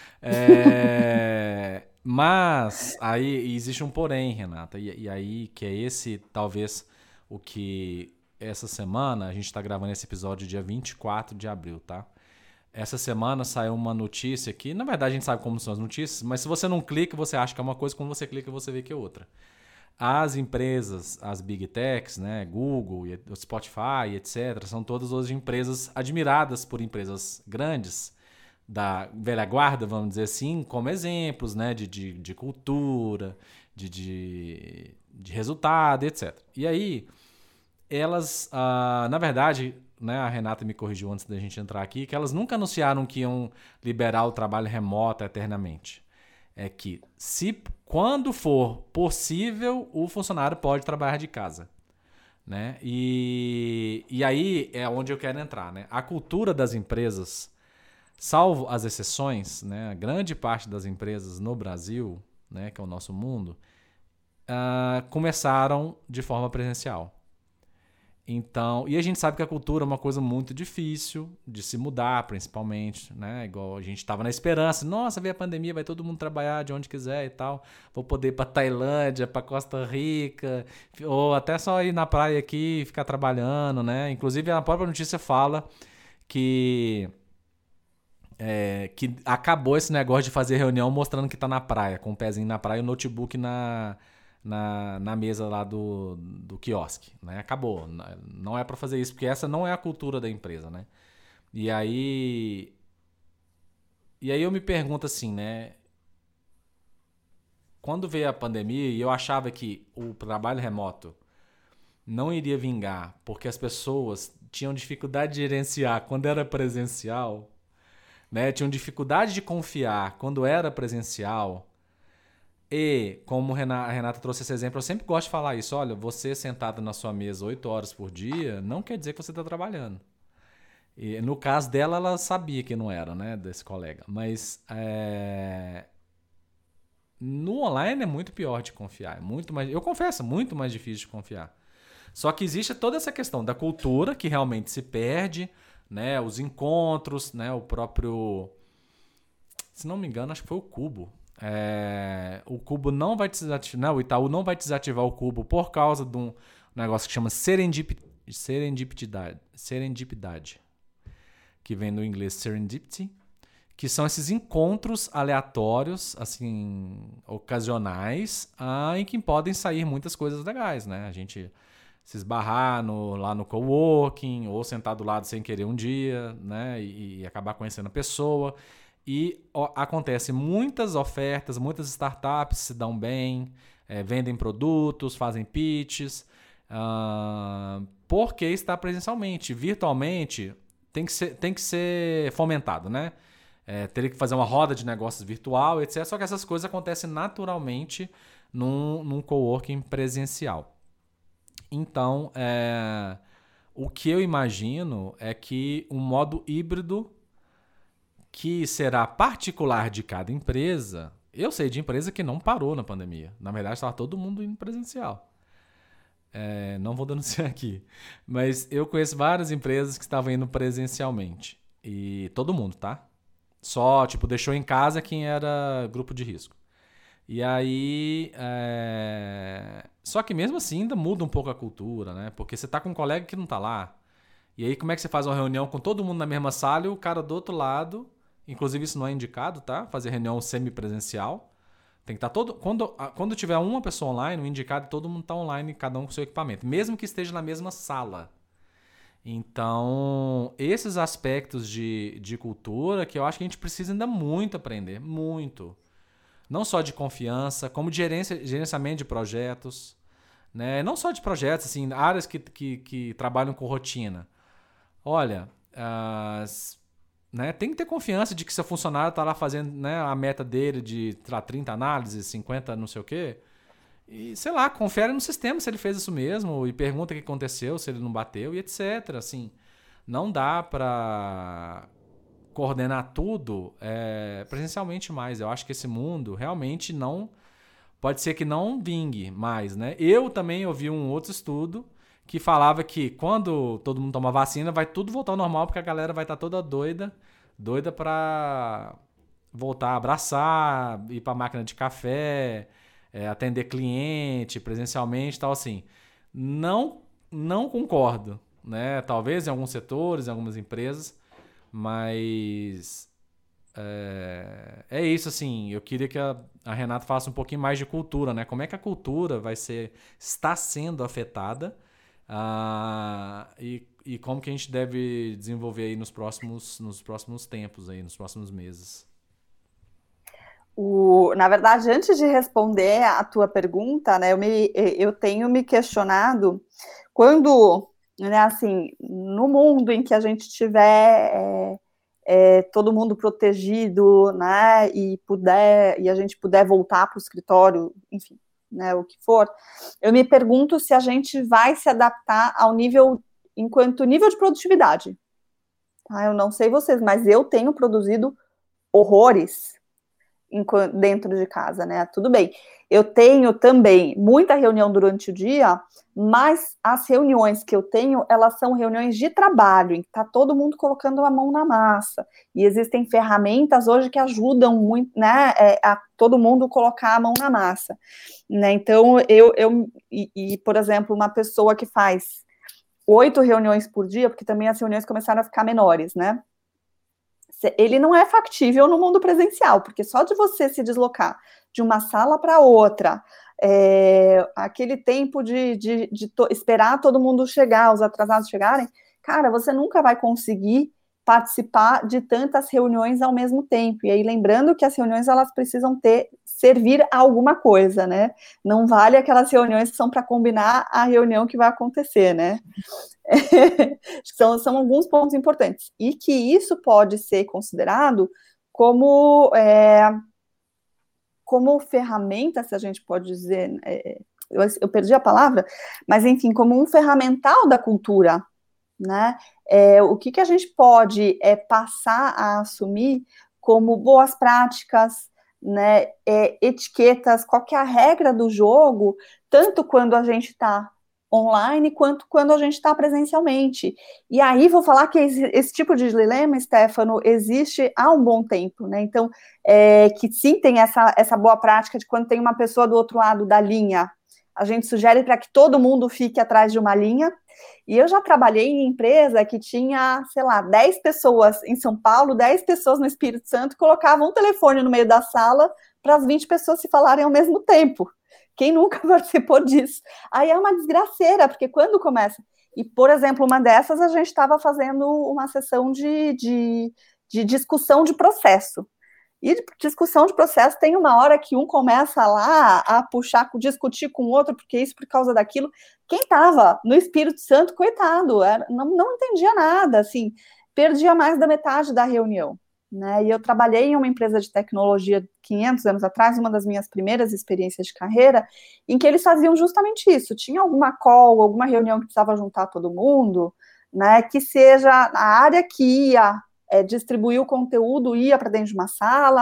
Mas aí existe um porém, Renata, e aí que é esse, talvez, o que essa semana, a gente está gravando esse episódio dia 24 de abril, tá? Essa semana saiu uma notícia que, na verdade, a gente sabe como são as notícias, mas se você não clica, você acha que é uma coisa, quando você clica, você vê que é outra. As empresas, as Big Techs, né, Google, Spotify, etc., são todas hoje empresas admiradas por empresas grandes, da velha guarda, vamos dizer assim, como exemplos, né, de cultura, de resultado, etc. E aí, elas, na verdade, né, a Renata me corrigiu antes da gente entrar aqui, que elas nunca anunciaram que iam liberar o trabalho remoto eternamente. É que, quando for possível, o funcionário pode trabalhar de casa, né? E aí é onde eu quero entrar, né? A cultura das empresas, salvo as exceções, né, a grande parte das empresas no Brasil, né, que é o nosso mundo, começaram de forma presencial. Então, e a gente sabe que a cultura é uma coisa muito difícil de se mudar, principalmente, né? Igual a gente estava na esperança, nossa, veio a pandemia, vai todo mundo trabalhar de onde quiser e tal. Vou poder ir para Tailândia, para Costa Rica, ou até só ir na praia aqui e ficar trabalhando, né? Inclusive, a própria notícia fala que acabou esse negócio de fazer reunião mostrando que tá na praia, com o pezinho na praia e o notebook na mesa lá do quiosque, né? Acabou. Não é para fazer isso, porque essa não é a cultura da empresa, né? E aí eu me pergunto assim, né? Quando veio a pandemia e eu achava que o trabalho remoto não iria vingar, porque as pessoas tinham dificuldade de gerenciar quando era presencial, né? Tinham dificuldade de confiar quando era presencial. E, como a Renata trouxe esse exemplo, eu sempre gosto de falar isso. Olha, você sentado na sua mesa 8 horas por dia, não quer dizer que você está trabalhando. E, no caso dela, ela sabia que não era, né, desse colega. Mas no online é muito pior de confiar. É muito mais, eu confesso, muito mais difícil de confiar. Só que existe toda essa questão da cultura, que realmente se perde, né, os encontros, né, o próprio... Se não me engano, acho que foi o Cubo. O Cubo não vai desativar, né? O Itaú não vai desativar o Cubo por causa de um negócio que chama serendipidade, que vem do inglês serendipity, que são esses encontros aleatórios, assim, ocasionais, em que podem sair muitas coisas legais, né? A gente se esbarrar lá no coworking, ou sentar do lado sem querer um dia, né? E acabar conhecendo a pessoa. E acontece muitas ofertas, muitas startups se dão bem, vendem produtos, fazem pitches, porque está presencialmente. Virtualmente tem que ser fomentado, né? Teria que fazer uma roda de negócios virtual, etc. Só que essas coisas acontecem naturalmente num coworking presencial. Então, o que eu imagino é que um modo híbrido, que será particular de cada empresa, Eu sei de empresa que não parou na pandemia. Na verdade, estava todo mundo indo presencial. Não vou denunciar aqui. Mas eu conheço várias empresas que estavam indo presencialmente. E todo mundo, tá? Só, tipo, deixou em casa quem era grupo de risco. E aí... Só que mesmo assim ainda muda um pouco a cultura, né? Porque você tá com um colega que não tá lá. E aí como é que você faz uma reunião com todo mundo na mesma sala e o cara do outro lado... Inclusive isso não é indicado, tá? Fazer reunião semipresencial. Tem que estar todo... Quando tiver uma pessoa online, o indicado é todo mundo tá online, cada um com seu equipamento. Mesmo que esteja na mesma sala. Então, esses aspectos de cultura que eu acho que a gente precisa ainda muito aprender. Muito. Não só de confiança, como de gerenciamento de projetos. Né? Não só de projetos, assim, áreas que trabalham com rotina. Olha, né, tem que ter confiança de que seu funcionário está lá fazendo, né, a meta dele de 30 análises, 50 não sei o quê. E, sei lá, confere no sistema se ele fez isso mesmo e pergunta o que aconteceu, se ele não bateu e etc. Assim, não dá para coordenar tudo presencialmente mais. Eu acho que esse mundo realmente não... Pode ser que não vingue mais, né? Eu também ouvi um outro estudo que falava que quando todo mundo toma vacina, vai tudo voltar ao normal, porque a galera vai estar toda doida para voltar a abraçar, ir para a máquina de café, atender cliente presencialmente e tal, assim. Não concordo, né? Talvez em alguns setores, em algumas empresas, mas é isso, assim. Eu queria que a Renata falasse um pouquinho mais de cultura, né? Como é que a cultura está sendo afetada e como que a gente deve desenvolver aí nos próximos tempos, aí, nos próximos meses. Na verdade, antes de responder a tua pergunta, né, eu tenho me questionado quando, né, assim, no mundo em que a gente tiver todo mundo protegido, né, e a gente puder voltar para o escritório, enfim, né, o que for, eu me pergunto se a gente vai se adaptar ao nível de produtividade. Eu não sei vocês, mas eu tenho produzido horrores dentro de casa, né? Tudo bem. Eu tenho também muita reunião durante o dia, mas as reuniões que eu tenho, elas são reuniões de trabalho, em que está todo mundo colocando a mão na massa. E existem ferramentas hoje que ajudam muito, né, a todo mundo colocar a mão na massa. Né? Então, por exemplo, uma pessoa que faz 8 reuniões por dia, porque também as reuniões começaram a ficar menores, né? Ele não é factível no mundo presencial, porque só de você se deslocar de uma sala para outra, aquele tempo de esperar todo mundo chegar, os atrasados chegarem, cara, você nunca vai conseguir participar de tantas reuniões ao mesmo tempo. E aí, lembrando que as reuniões, elas precisam servir a alguma coisa, né? Não vale aquelas reuniões que são para combinar a reunião que vai acontecer, né? São alguns pontos importantes. E que isso pode ser considerado como ferramenta, se a gente pode dizer, eu perdi a palavra, mas enfim, como um ferramental da cultura, né? O que a gente pode passar a assumir como boas práticas, né? Etiquetas, qual que é a regra do jogo, tanto quando a gente está online, quanto quando a gente está presencialmente. E aí vou falar que esse tipo de dilema, Stefano, existe há um bom tempo, né? Então, que sim tem essa boa prática de quando tem uma pessoa do outro lado da linha, a gente sugere para que todo mundo fique atrás de uma linha. E eu já trabalhei em empresa que tinha, sei lá, 10 pessoas em São Paulo, 10 pessoas no Espírito Santo, colocavam um telefone no meio da sala para as 20 pessoas se falarem ao mesmo tempo. Quem nunca participou disso? Aí é uma desgraceira, porque quando começa... E, por exemplo, uma dessas, a gente estava fazendo uma sessão de discussão de processo. E discussão de processo tem uma hora que um começa lá a discutir com o outro, porque isso, por causa daquilo. Quem estava no Espírito Santo, coitado, não entendia nada, assim, perdia mais da metade da reunião. Né? E eu trabalhei em uma empresa de tecnologia 500 anos atrás, uma das minhas primeiras experiências de carreira, em que eles faziam justamente isso. Tinha alguma call, alguma reunião que precisava juntar todo mundo, né? Que seja a área que ia distribuir o conteúdo, ia para dentro de uma sala,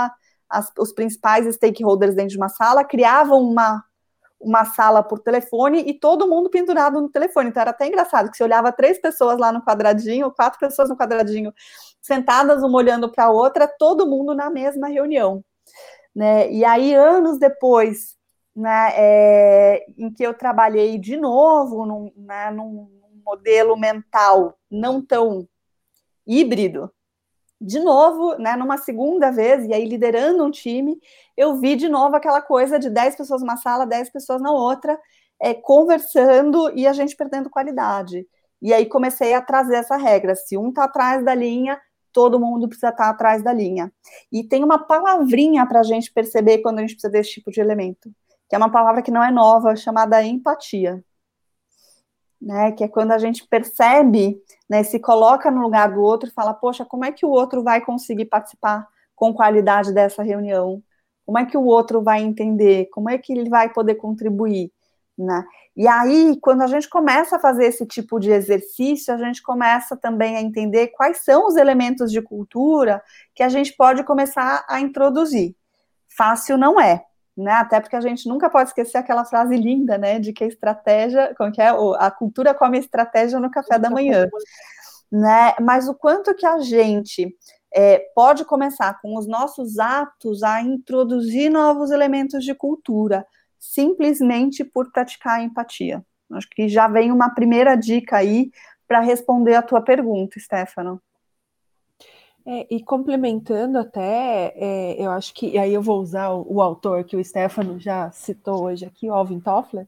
os principais stakeholders dentro de uma sala, criavam uma sala por telefone e todo mundo pendurado no telefone. Então era até engraçado que você olhava 3 pessoas lá no quadradinho, 4 pessoas no quadradinho, sentadas uma olhando para a outra, todo mundo na mesma reunião, né? E aí, anos depois, né, em que eu trabalhei de novo num modelo mental não tão híbrido, de novo, né, numa segunda vez, e aí liderando um time, eu vi de novo aquela coisa de 10 pessoas numa sala, 10 pessoas na outra, conversando e a gente perdendo qualidade. E aí comecei a trazer essa regra, se um está atrás da linha, todo mundo precisa estar atrás da linha. E tem uma palavrinha para a gente perceber quando a gente precisa desse tipo de elemento, que é uma palavra que não é nova, chamada empatia. Né, que é quando a gente percebe, né, se coloca no lugar do outro e fala, poxa, como é que o outro vai conseguir participar com qualidade dessa reunião? Como é que o outro vai entender? Como é que ele vai poder contribuir? Né? E aí, quando a gente começa a fazer esse tipo de exercício, a gente começa também a entender quais são os elementos de cultura que a gente pode começar a introduzir. Fácil não é. Né? Até porque a gente nunca pode esquecer aquela frase linda, né, de que a estratégia, como que é? A cultura come a estratégia no café da manhã, né? Mas o quanto que a gente pode começar com os nossos atos a introduzir novos elementos de cultura, simplesmente por praticar a empatia. Acho que já vem uma primeira dica aí para responder a tua pergunta, Stefano. E complementando até, eu acho que, e aí eu vou usar o autor que o Stefano já citou hoje aqui, o Alvin Toffler,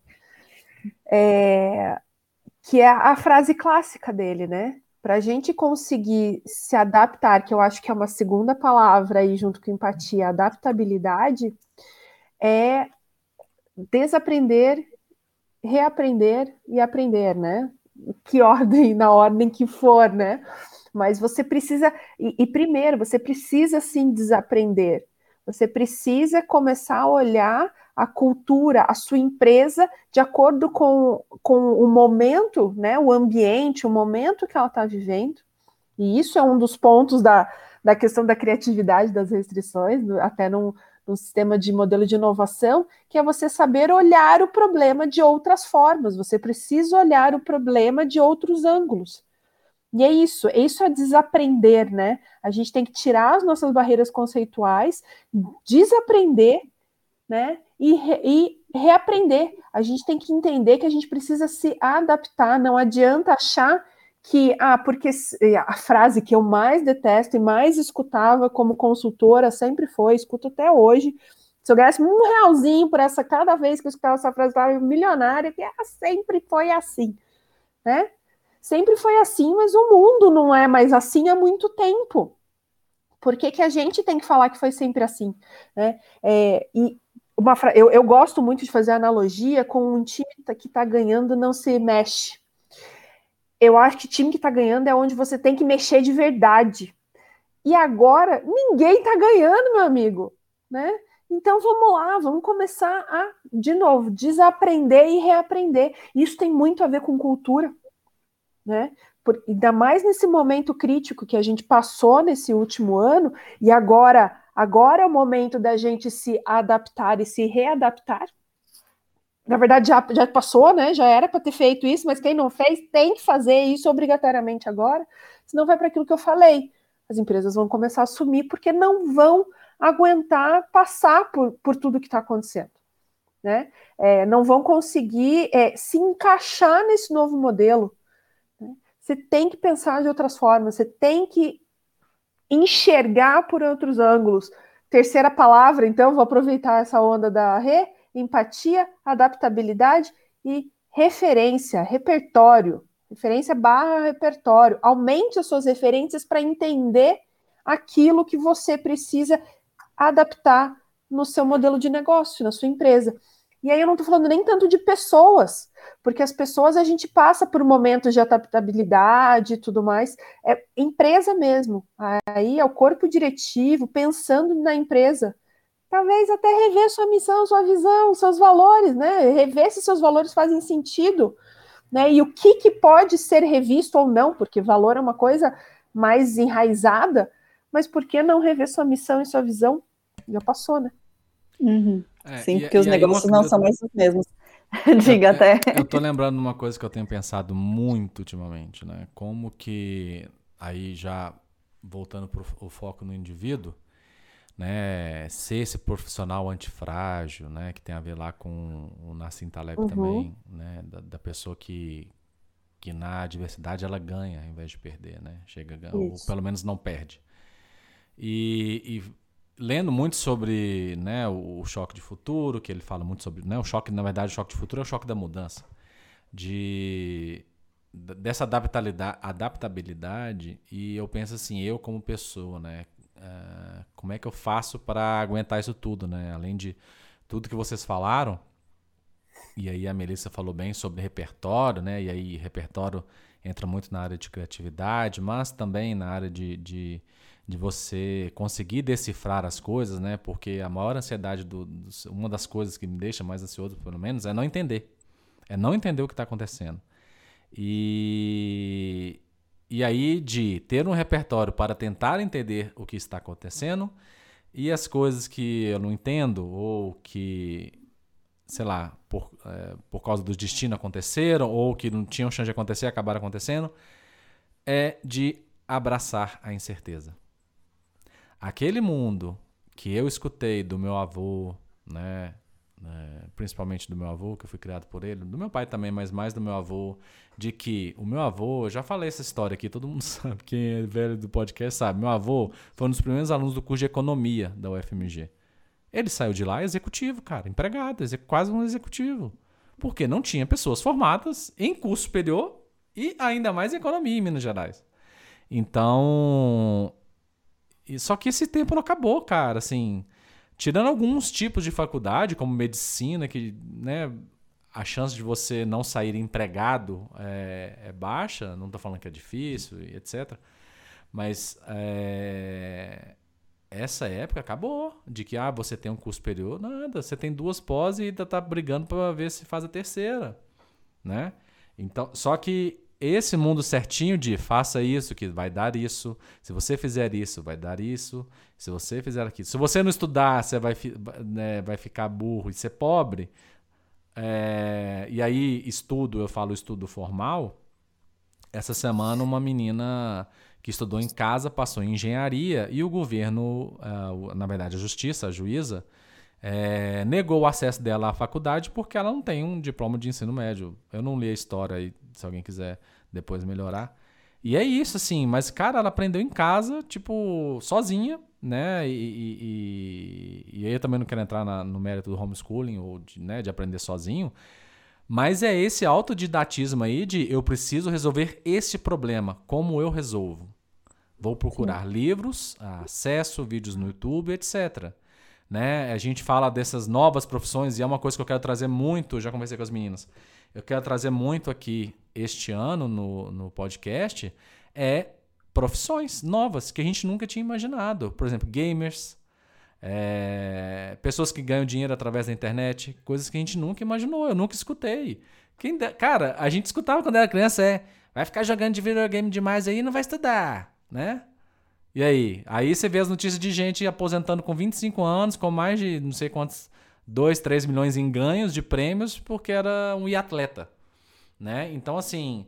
que é a frase clássica dele, né? Para a gente conseguir se adaptar, que eu acho que é uma segunda palavra aí junto com empatia, adaptabilidade, é desaprender, reaprender e aprender, né? Que ordem, na ordem que for, né? Mas você precisa, e primeiro, você precisa sim desaprender. Você precisa começar a olhar a cultura, a sua empresa, de acordo com o momento, né, o ambiente, o momento que ela está vivendo. E isso é um dos pontos da questão da criatividade, das restrições, até num sistema de modelo de inovação, que é você saber olhar o problema de outras formas. Você precisa olhar o problema de outros ângulos. E isso é desaprender, né? A gente tem que tirar as nossas barreiras conceituais, desaprender, né? E reaprender. A gente tem que entender que a gente precisa se adaptar, não adianta achar que, porque a frase que eu mais detesto e mais escutava como consultora sempre foi, escuto até hoje, se eu ganhasse R$1 por cada vez que eu escutava essa frase, eu estava milionária, que sempre foi assim, né? Sempre foi assim, mas o mundo não é mais assim há muito tempo. Por que a gente tem que falar que foi sempre assim? Né? Eu gosto muito de fazer analogia com um time que está ganhando não se mexe. Eu acho que time que está ganhando é onde você tem que mexer de verdade. E agora, ninguém está ganhando, meu amigo. Né? Então vamos lá, vamos começar a, de novo, desaprender e reaprender. Isso tem muito a ver com cultura. Né? Ainda mais nesse momento crítico que a gente passou nesse último ano, e agora é o momento da gente se adaptar e se readaptar. Na verdade, já passou, né? Já era para ter feito isso, mas quem não fez tem que fazer isso obrigatoriamente agora, senão vai para aquilo que eu falei. As empresas vão começar a assumir porque não vão aguentar passar por tudo que está acontecendo. Né? Não vão conseguir se encaixar nesse novo modelo. Você tem que pensar de outras formas, você tem que enxergar por outros ângulos. Terceira palavra, então, vou aproveitar essa onda da empatia, adaptabilidade e referência, repertório. Referência / repertório. Aumente as suas referências para entender aquilo que você precisa adaptar no seu modelo de negócio, na sua empresa. E aí eu não estou falando nem tanto de pessoas, porque as pessoas a gente passa por momentos de adaptabilidade e tudo mais, é empresa mesmo, aí é o corpo diretivo pensando na empresa, talvez até rever sua missão, sua visão, seus valores, né, rever se seus valores fazem sentido, né, e o que pode ser revisto ou não, porque valor é uma coisa mais enraizada, mas por que não rever sua missão e sua visão? Já passou, né? Uhum. Sim, porque os aí negócios não são mais os mesmos. Diga até. Eu tô lembrando de uma coisa que eu tenho pensado muito ultimamente, né? Como que, aí já voltando pro o foco no indivíduo, né? Ser esse profissional antifrágil, né? Que tem a ver lá com o Nassim Taleb também, né? Da pessoa que na adversidade ela ganha ao invés de perder, né? Chega a ganhar, ou pelo menos não perde. E lendo muito sobre, né, o choque de futuro, que ele fala muito sobre, né, o choque, na verdade, o choque de futuro é o choque da mudança, dessa adaptabilidade, e eu penso assim, eu como pessoa, né, como é que eu faço para aguentar isso tudo, né, além de tudo que vocês falaram, e aí a Melissa falou bem sobre repertório, né, e aí repertório entra muito na área de criatividade, mas também na área de você conseguir decifrar as coisas, né? Porque a maior ansiedade, uma das coisas que me deixa mais ansioso, pelo menos, é não entender. É não entender o que está acontecendo. E aí de ter um repertório para tentar entender o que está acontecendo e as coisas que eu não entendo ou que, sei lá, por causa do destino aconteceram ou que não tinham chance de acontecer e acabaram acontecendo, é de abraçar a incerteza. Aquele mundo que eu escutei do meu avô, né, principalmente do meu avô, que eu fui criado por ele, do meu pai também, mas mais do meu avô, de que o meu avô, eu já falei essa história aqui, todo mundo sabe, quem é velho do podcast sabe, meu avô foi um dos primeiros alunos do curso de economia da UFMG. Ele saiu de lá executivo, cara, empregado, quase um executivo. Porque não tinha pessoas formadas em curso superior e ainda mais em economia em Minas Gerais. Então, só que esse tempo não acabou, cara, assim, tirando alguns tipos de faculdade, como medicina, que, né, a chance de você não sair empregado é baixa, não tô falando que é difícil, etc. Mas essa época acabou, de que você tem um curso superior, nada, você tem 2 pós e ainda tá brigando para ver se faz a terceira, né? Então, só que esse mundo certinho de faça isso, que vai dar isso, se você fizer isso, vai dar isso, se você fizer aquilo. Se você não estudar, você vai ficar burro e ser pobre. E aí, eu falo estudo formal. Essa semana, uma menina que estudou em casa passou em engenharia e o governo, na verdade a justiça, a juíza, negou o acesso dela à faculdade porque ela não tem um diploma de ensino médio. Eu não li a história aí, se alguém quiser depois melhorar. E é isso, assim, mas, cara, ela aprendeu em casa, tipo, sozinha, né? E aí eu também não quero entrar no mérito do homeschooling ou de aprender sozinho, mas é esse autodidatismo aí de eu preciso resolver este problema, como eu resolvo? Vou procurar livros, acesso, vídeos no YouTube, etc. Né? A gente fala dessas novas profissões e é uma coisa que eu quero trazer muito, já conversei com as meninas, eu quero trazer muito aqui este ano no podcast, profissões novas que a gente nunca tinha imaginado. Por exemplo, gamers, pessoas que ganham dinheiro através da internet, coisas que a gente nunca imaginou, eu nunca escutei. Cara, a gente escutava quando era criança, vai ficar jogando de videogame demais aí e não vai estudar, né? E aí você vê as notícias de gente aposentando com 25 anos, com mais de não sei quantos, 2, 3 milhões em ganhos de prêmios, porque era um atleta, né? Então, assim,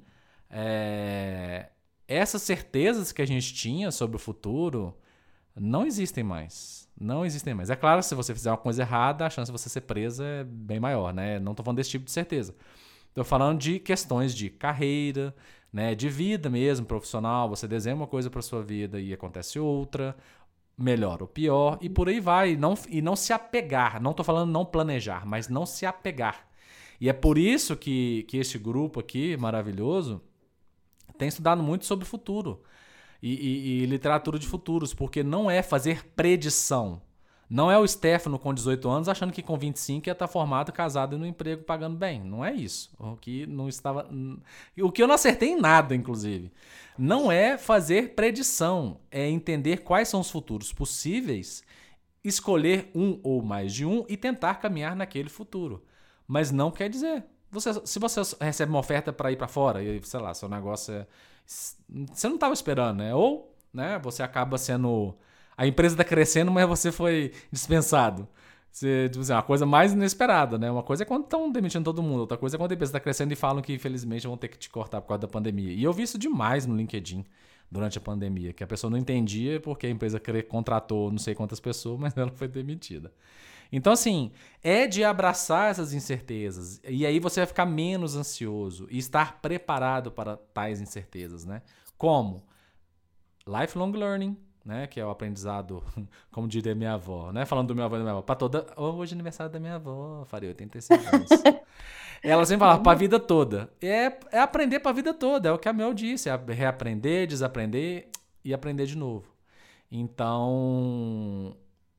essas certezas que a gente tinha sobre o futuro não existem mais. Não existem mais. É claro, se você fizer uma coisa errada, a chance de você ser presa é bem maior, né? Não tô falando desse tipo de certeza. Tô falando de questões de carreira, né, de vida mesmo, profissional. Você desenha uma coisa para sua vida e acontece outra, melhor ou pior, e por aí vai. E não se apegar. Não tô falando não planejar, mas não se apegar. E é por isso que este grupo aqui, maravilhoso, tem estudado muito sobre o futuro. E literatura de futuros, porque não é fazer predição. Não é o Stefano com 18 anos achando que com 25 ia estar formado, casado e no emprego pagando bem. Não é isso. O que eu não acertei em nada, inclusive. Não é fazer predição. É entender quais são os futuros possíveis, escolher um ou mais de um e tentar caminhar naquele futuro. Mas não quer dizer. Se você recebe uma oferta para ir para fora e, sei lá, seu negócio você não estava esperando, né? Ou, né, você acaba sendo A empresa está crescendo, mas você foi dispensado. Você, tipo assim, uma coisa mais inesperada, né? Uma coisa é quando estão demitindo todo mundo, outra coisa é quando a empresa está crescendo e falam que, infelizmente, vão ter que te cortar por causa da pandemia. E eu vi isso demais no LinkedIn durante a pandemia, que a pessoa não entendia porque a empresa contratou não sei quantas pessoas, mas ela foi demitida. Então, assim, é de abraçar essas incertezas. E aí você vai ficar menos ansioso e estar preparado para tais incertezas, né? Como? Lifelong learning, né? Que é o aprendizado, como diria minha avó, né? Falando do meu avô e da minha avó. Para toda... Hoje é aniversário da minha avó, faria 86 anos. Ela sempre falava, para a vida toda. É aprender para a vida toda, é o que a Mel disse. É reaprender, desaprender e aprender de novo. Então...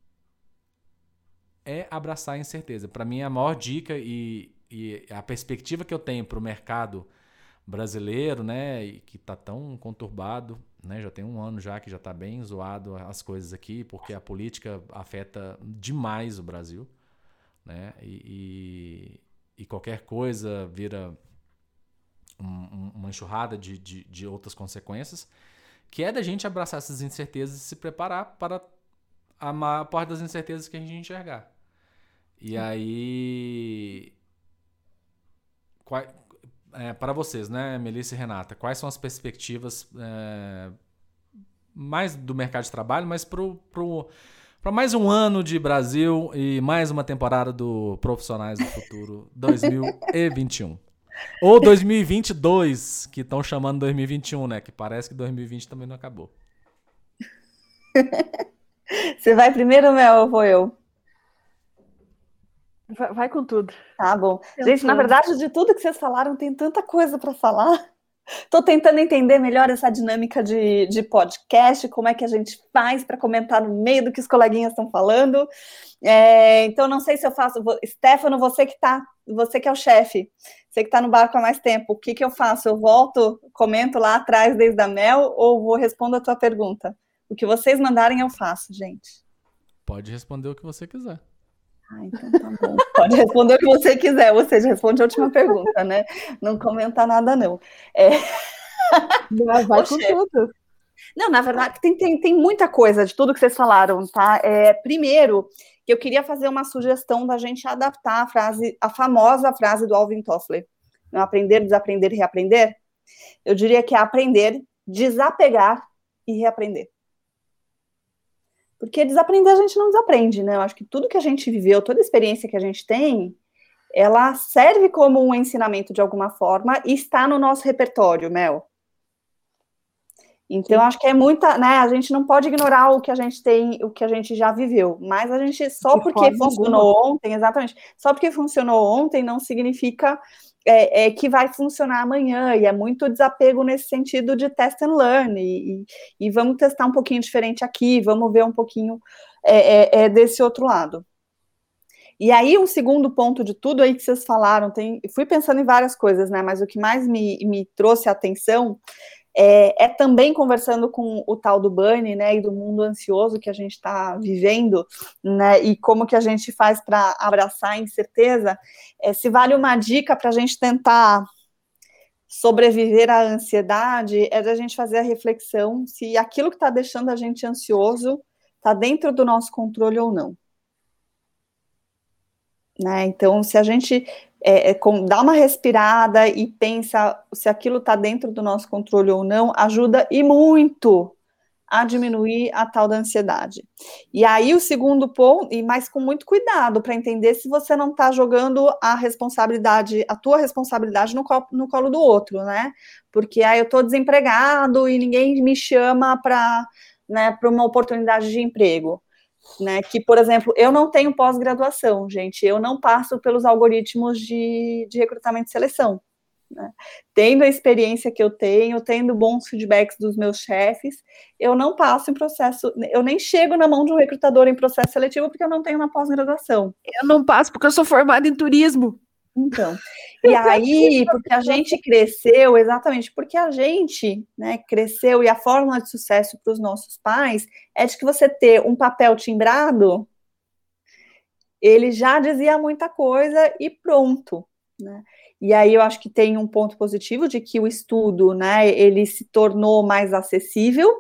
é abraçar a incerteza. Para mim, a maior dica e a perspectiva que eu tenho para o mercado brasileiro, né, e que está tão conturbado, né, já tem um ano já que já está bem zoado as coisas aqui, porque a política afeta demais o Brasil, né, e qualquer coisa vira uma enxurrada de outras consequências, que é da gente abraçar essas incertezas e se preparar para a maior parte das incertezas que a gente enxergar. E aí, para vocês, né, Melissa e Renata, quais são as perspectivas mais do mercado de trabalho, mas para mais um ano de Brasil e mais uma temporada do Profissionais do Futuro 2021? Ou 2022, que estão chamando 2021, né? Que parece que 2020 também não acabou. Você vai primeiro, Mel, ou vou eu? Vai com tudo. Tá bom. Gente, na verdade, de tudo que vocês falaram, tem tanta coisa para falar. Estou tentando entender melhor essa dinâmica de podcast, como é que a gente faz para comentar no meio do que os coleguinhas estão falando. Então, não sei se eu faço... Stefano, você que é o chefe, você que está no barco há mais tempo, o que eu faço? Eu volto, comento lá atrás desde a Mel, ou vou responder a tua pergunta? O que vocês mandarem eu faço, gente. Pode responder o que você quiser. Então tá bom. Pode responder o que você quiser, ou seja, responde a última pergunta, né? Não comenta nada, não. Vai com tudo. Não, na verdade, tem muita coisa de tudo que vocês falaram, tá? Primeiro, que eu queria fazer uma sugestão da gente adaptar a famosa frase do Alvin Toffler. Não aprender, desaprender e reaprender. Eu diria que é aprender, desapegar e reaprender. Porque desaprender a gente não desaprende, né? Eu acho que tudo que a gente viveu, toda a experiência que a gente tem, ela serve como um ensinamento de alguma forma e está no nosso repertório, Mel. Então, acho que é muita, né? A gente não pode ignorar o que a gente tem, o que a gente já viveu, mas a gente, só porque funcionou ontem, exatamente, só porque funcionou ontem não significa que vai funcionar amanhã, e é muito desapego nesse sentido de test and learn, e vamos testar um pouquinho diferente aqui, vamos ver um pouquinho desse outro lado. E aí, um segundo ponto de tudo aí que vocês falaram, fui pensando em várias coisas, né, mas o que mais me trouxe a atenção também conversando com o tal do Bunny, né, e do mundo ansioso que a gente está vivendo, né, e como que a gente faz para abraçar a incerteza, se vale uma dica para a gente tentar sobreviver à ansiedade, é da gente fazer a reflexão se aquilo que está deixando a gente ansioso está dentro do nosso controle ou não. Né? Então, se a gente dá uma respirada e pensa se aquilo está dentro do nosso controle ou não, ajuda e muito a diminuir a tal da ansiedade. E aí o segundo ponto, mas com muito cuidado para entender se você não está jogando a tua responsabilidade no colo do outro, né? Porque aí eu estou desempregado e ninguém me chama para uma oportunidade de emprego. Né, que, por exemplo, eu não tenho pós-graduação, gente, eu não passo pelos algoritmos de recrutamento e seleção, né? Tendo a experiência que eu tenho, tendo bons feedbacks dos meus chefes, eu não passo em processo, eu nem chego na mão de um recrutador em processo seletivo porque eu não tenho uma pós-graduação. Eu não passo porque eu sou formada em turismo. Então, e aí, porque a gente cresceu, exatamente, porque a gente, né, cresceu, e a fórmula de sucesso para os nossos pais é de que você ter um papel timbrado, ele já dizia muita coisa e pronto, né? E aí eu acho que tem um ponto positivo de que o estudo, né, ele se tornou mais acessível,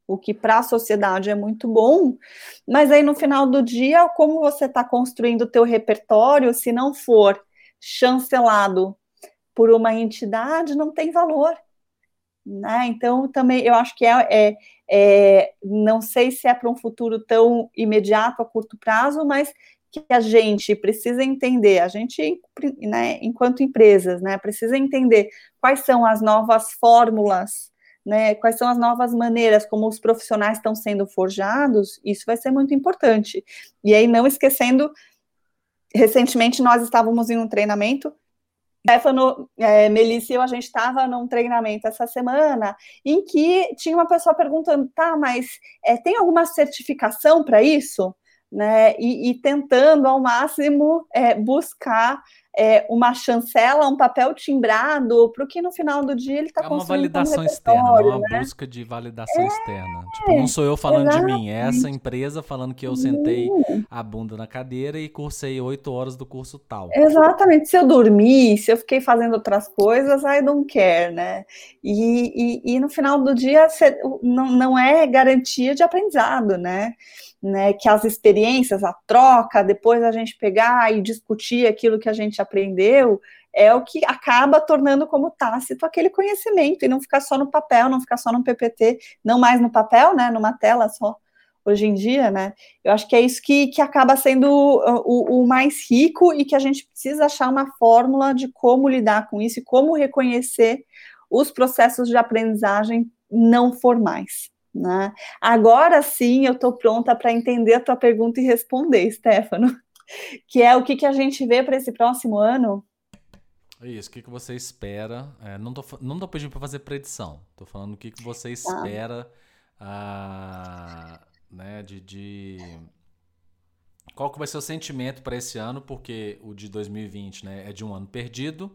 o que para a sociedade é muito bom, mas aí no final do dia, como você está construindo o teu repertório, se não for chancelado por uma entidade, não tem valor, né? Então, também, eu acho que não sei se é para um futuro tão imediato, a curto prazo, mas que a gente precisa entender, a gente, né, enquanto empresas, né, precisa entender quais são as novas fórmulas, né, quais são as novas maneiras como os profissionais estão sendo forjados, isso vai ser muito importante. E aí, não esquecendo, recentemente nós estávamos em um treinamento, Stefano, Melissa e eu, a gente estava num treinamento essa semana, em que tinha uma pessoa perguntando, tá, mas tem alguma certificação para isso? Né, e tentando ao máximo buscar uma chancela, um papel timbrado, para o que no final do dia ele está construindo como validação externa, não é uma né? busca de validação externa. Tipo, não sou eu falando de mim, é essa empresa falando que eu sentei a bunda na cadeira e cursei 8 horas do curso tal. Exatamente, se eu dormi, se eu fiquei fazendo outras coisas, I don't care, né? E no final do dia não é garantia de aprendizado, né? Que as experiências, a troca, depois a gente pegar e discutir aquilo que a gente aprendeu, é o que acaba tornando como tácito aquele conhecimento, e não ficar só no papel, não ficar só no PPT, não mais no papel, né? Numa tela só. Hoje em dia, né? Eu acho que é isso que acaba sendo o mais rico, e que a gente precisa achar uma fórmula de como lidar com isso e como reconhecer os processos de aprendizagem não formais, né? Agora sim, eu estou pronta para entender a tua pergunta e responder, Stefano, que é o que a gente vê para esse próximo ano. Isso, o que você espera? Não tô pedindo para fazer predição, tô falando o que você espera, né, qual que vai ser o sentimento para esse ano, porque o de 2020, né, é de um ano perdido,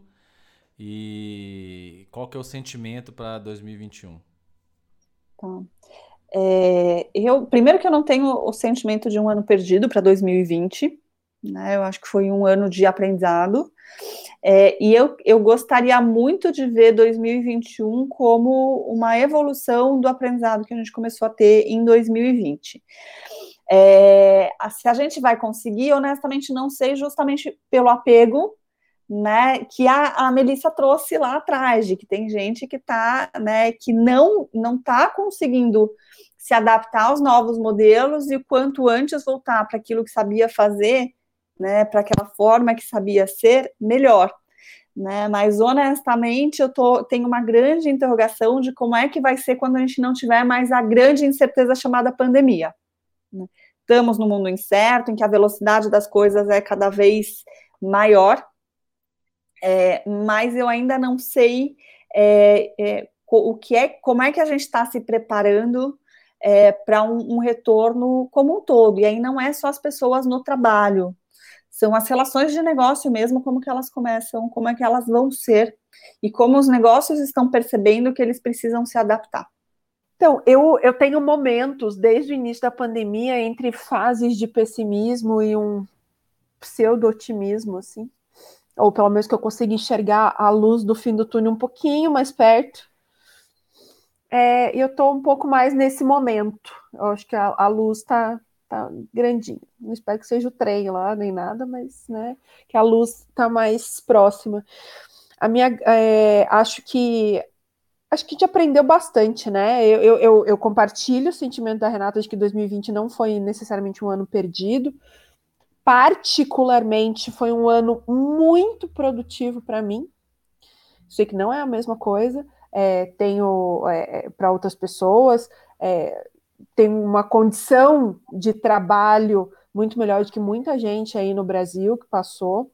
e qual que é o sentimento para 2021? Tá. Primeiro que eu não tenho o sentimento de um ano perdido para 2020, né, eu acho que foi um ano de aprendizado, e eu gostaria muito de ver 2021 como uma evolução do aprendizado que a gente começou a ter em 2020. Se a gente vai conseguir, honestamente não sei, justamente pelo apego, né, que a Melissa trouxe lá atrás, de que tem gente que tá, né, que não está conseguindo se adaptar aos novos modelos, e o quanto antes voltar para aquilo que sabia fazer, né, para aquela forma que sabia ser, melhor. Né? Mas honestamente tenho uma grande interrogação de como é que vai ser quando a gente não tiver mais a grande incerteza chamada pandemia. Né? Estamos num mundo incerto, em que a velocidade das coisas é cada vez maior, mas eu ainda não sei como é que a gente está se preparando para um retorno como um todo. E aí não é só as pessoas no trabalho, são as relações de negócio mesmo, como que elas começam, como é que elas vão ser, e como os negócios estão percebendo que eles precisam se adaptar. Então, eu tenho momentos, desde o início da pandemia, entre fases de pessimismo e um pseudo-otimismo, assim, ou pelo menos que eu consiga enxergar a luz do fim do túnel um pouquinho mais perto. E eu estou um pouco mais nesse momento. Eu acho que a luz está grandinha. Não espero que seja o trem lá, nem nada, mas, né, que a luz está mais próxima. Acho que a gente aprendeu bastante, né? Eu compartilho o sentimento da Renata de que 2020 não foi necessariamente um ano perdido. Particularmente, foi um ano muito produtivo para mim. Sei que não é a mesma coisa. Tenho para outras pessoas, tem uma condição de trabalho muito melhor do que muita gente aí no Brasil que passou.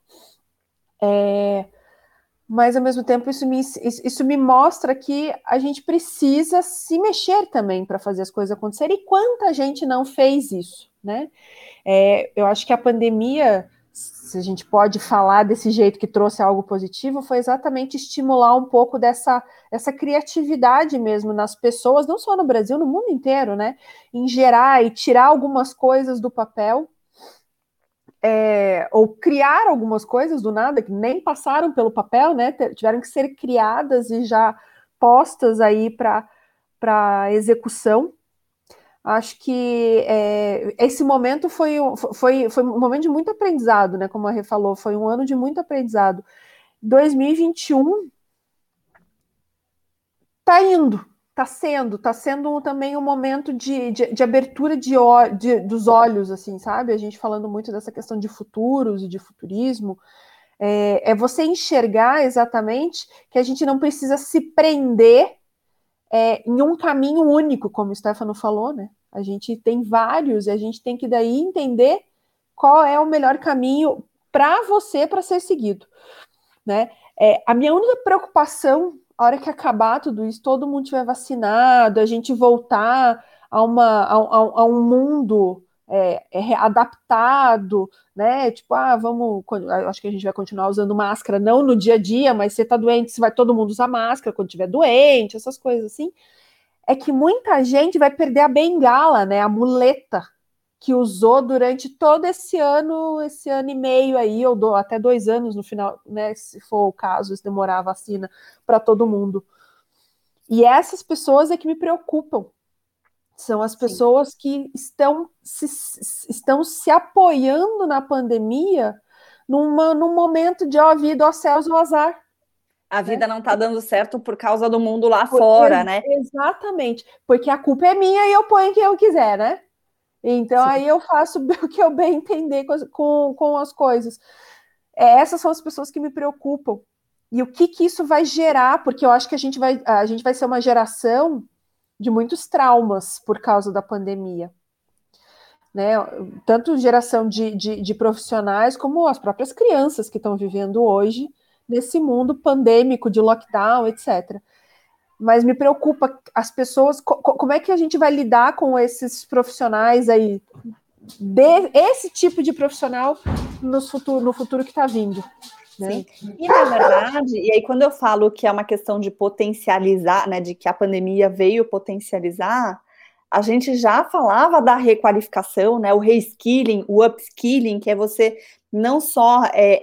Mas, ao mesmo tempo, isso me mostra que a gente precisa se mexer também para fazer as coisas acontecerem. E quanta gente não fez isso, né? Eu acho que a pandemia, se a gente pode falar desse jeito que trouxe algo positivo, foi exatamente estimular um pouco essa criatividade mesmo nas pessoas, não só no Brasil, no mundo inteiro, né? Em gerar e tirar algumas coisas do papel, ou criar algumas coisas do nada, que nem passaram pelo papel, né? Tiveram que ser criadas e já postas aí para execução. Acho que esse momento foi um momento de muito aprendizado, né? Como a Rê falou, foi um ano de muito aprendizado. 2021 tá indo, tá sendo também um momento de abertura dos olhos, assim, sabe? A gente falando muito dessa questão de futuros e de futurismo. É você enxergar exatamente que a gente não precisa se prender em um caminho único, como o Stefano falou, né? A gente tem vários e a gente tem que daí entender qual é o melhor caminho para você para ser seguido, né? A minha única preocupação, a hora que acabar tudo isso, todo mundo tiver vacinado, a gente voltar a um mundo adaptado, né? Tipo, acho que a gente vai continuar usando máscara, não no dia a dia, mas você tá doente, você vai todo mundo usar máscara quando tiver doente, essas coisas assim. É que muita gente vai perder a bengala, né? A muleta que usou durante todo esse ano e meio aí, ou até 2 anos no final, né? Se for o caso, se demorar a vacina para todo mundo. E essas pessoas é que me preocupam. São as pessoas que estão se apoiando na pandemia num momento de vida aos céus ou azar. A vida não está dando certo por causa do mundo lá fora, né? Exatamente. Porque a culpa é minha e eu ponho quem eu quiser, né? Então, sim, aí eu faço o que eu bem entender com as coisas. Essas são as pessoas que me preocupam. E o que isso vai gerar? Porque eu acho que a gente vai ser uma geração de muitos traumas por causa da pandemia. Né? Tanto geração de profissionais, como as próprias crianças que estão vivendo hoje nesse mundo pandêmico de lockdown, etc. Mas me preocupa as pessoas, como é que a gente vai lidar com esses profissionais aí, esse tipo de profissional no futuro que está vindo. Né? Sim, e na verdade, e aí quando eu falo que é uma questão de potencializar, né, de que a pandemia veio potencializar, a gente já falava da requalificação, né, o reskilling, o upskilling, que é você não só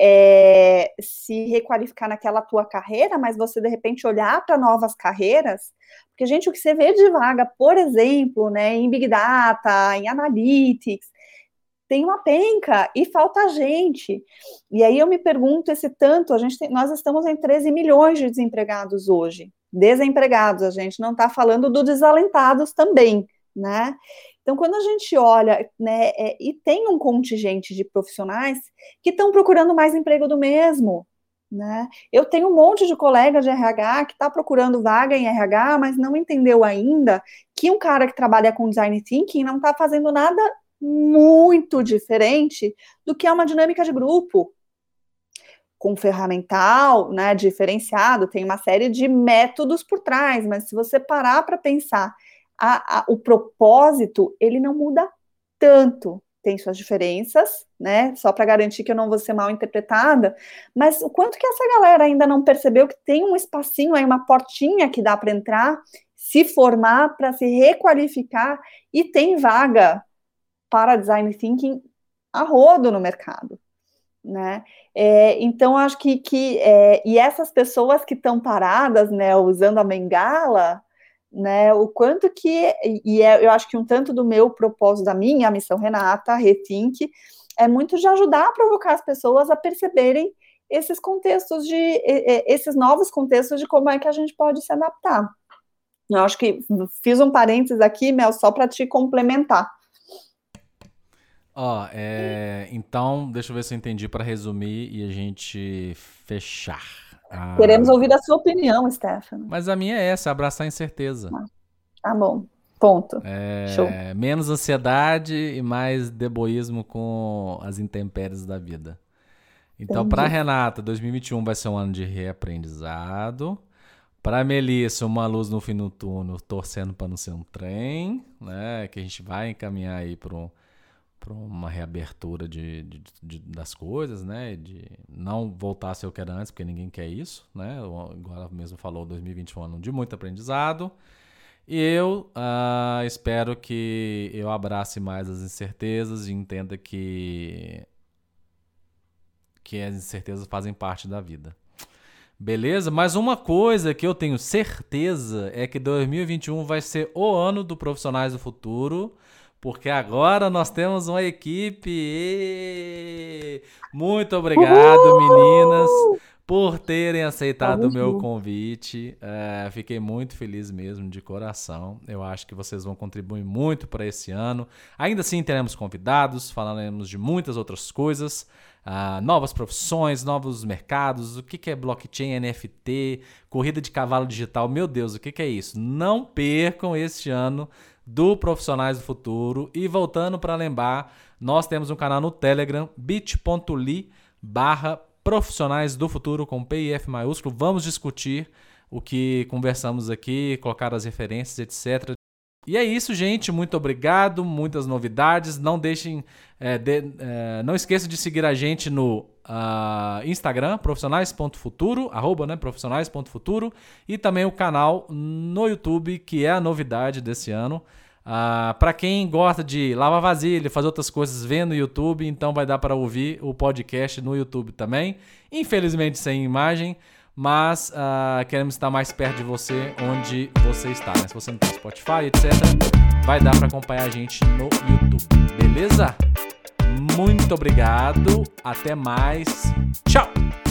se requalificar naquela tua carreira, mas você, de repente, olhar para novas carreiras, porque, gente, o que você vê de vaga, por exemplo, né, em Big Data, em Analytics, tem uma penca e falta gente. E aí eu me pergunto esse tanto, nós estamos em 13 milhões de desempregados hoje, desempregados, a gente não está falando dos desalentados também, né? Então, quando a gente olha, né, e tem um contingente de profissionais que estão procurando mais emprego do mesmo, né? Eu tenho um monte de colega de RH que está procurando vaga em RH, mas não entendeu ainda que um cara que trabalha com design thinking não está fazendo nada muito diferente do que é uma dinâmica de grupo. Com ferramental, né, diferenciado, tem uma série de métodos por trás, mas se você parar para pensar, o propósito, ele não muda tanto. Tem suas diferenças, né, só para garantir que eu não vou ser mal interpretada, mas o quanto que essa galera ainda não percebeu que tem um espacinho aí, uma portinha que dá para entrar, se formar, para se requalificar, e tem vaga para design thinking a rodo no mercado, né? Então, acho que e essas pessoas que estão paradas, né, usando a bengala, né, o quanto que, eu acho que um tanto do meu propósito, da minha missão Renata, Rethink, é muito de ajudar a provocar as pessoas a perceberem esses contextos esses novos contextos de como é que a gente pode se adaptar. Eu acho que fiz um parênteses aqui, Mel, só para te complementar. Então, deixa eu ver se eu entendi para resumir e a gente fechar. Queremos ouvir a sua opinião, Stefano. Mas a minha é essa, abraçar a incerteza. Tá bom, ponto. Show. Menos ansiedade e mais deboísmo com as intempéries da vida. Então, para Renata, 2021 vai ser um ano de reaprendizado. Para Melissa, uma luz no fim do túnel, torcendo para não ser um trem, né? Que a gente vai encaminhar aí para uma reabertura das coisas, né? De não voltar a ser o que era antes, porque ninguém quer isso, né? Igual ela mesmo falou, 2021 é um ano de muito aprendizado. E eu espero que eu abrace mais as incertezas e entenda que as incertezas fazem parte da vida. Beleza? Mas uma coisa que eu tenho certeza é que 2021 vai ser o ano do Profissionais do Futuro, porque agora nós temos uma equipe. Muito obrigado, meninas, por terem aceitado o meu convite. Fiquei muito feliz mesmo, de coração. Eu acho que vocês vão contribuir muito para esse ano. Ainda assim, teremos convidados, falaremos de muitas outras coisas. Novas profissões, novos mercados, o que é blockchain, NFT, corrida de cavalo digital, meu Deus, o que é isso? Não percam este ano do Profissionais do Futuro. E voltando para lembrar, nós temos um canal no Telegram, bit.ly/Profissionais do Futuro, com PIF maiúsculo. Vamos discutir o que conversamos aqui, colocar as referências, etc. E é isso, gente. Muito obrigado. Muitas novidades. Não deixem, não esqueçam de seguir a gente no Instagram, profissionais.futuro, @profissionais.futuro, e também o canal no YouTube, que é a novidade desse ano. Para quem gosta de lavar vasilha, fazer outras coisas, vendo no YouTube, então vai dar para ouvir o podcast no YouTube também. Infelizmente sem imagem, mas queremos estar mais perto de você, onde você está, né? Se você não tem Spotify, etc., vai dar para acompanhar a gente no YouTube, beleza? Muito obrigado, até mais, tchau!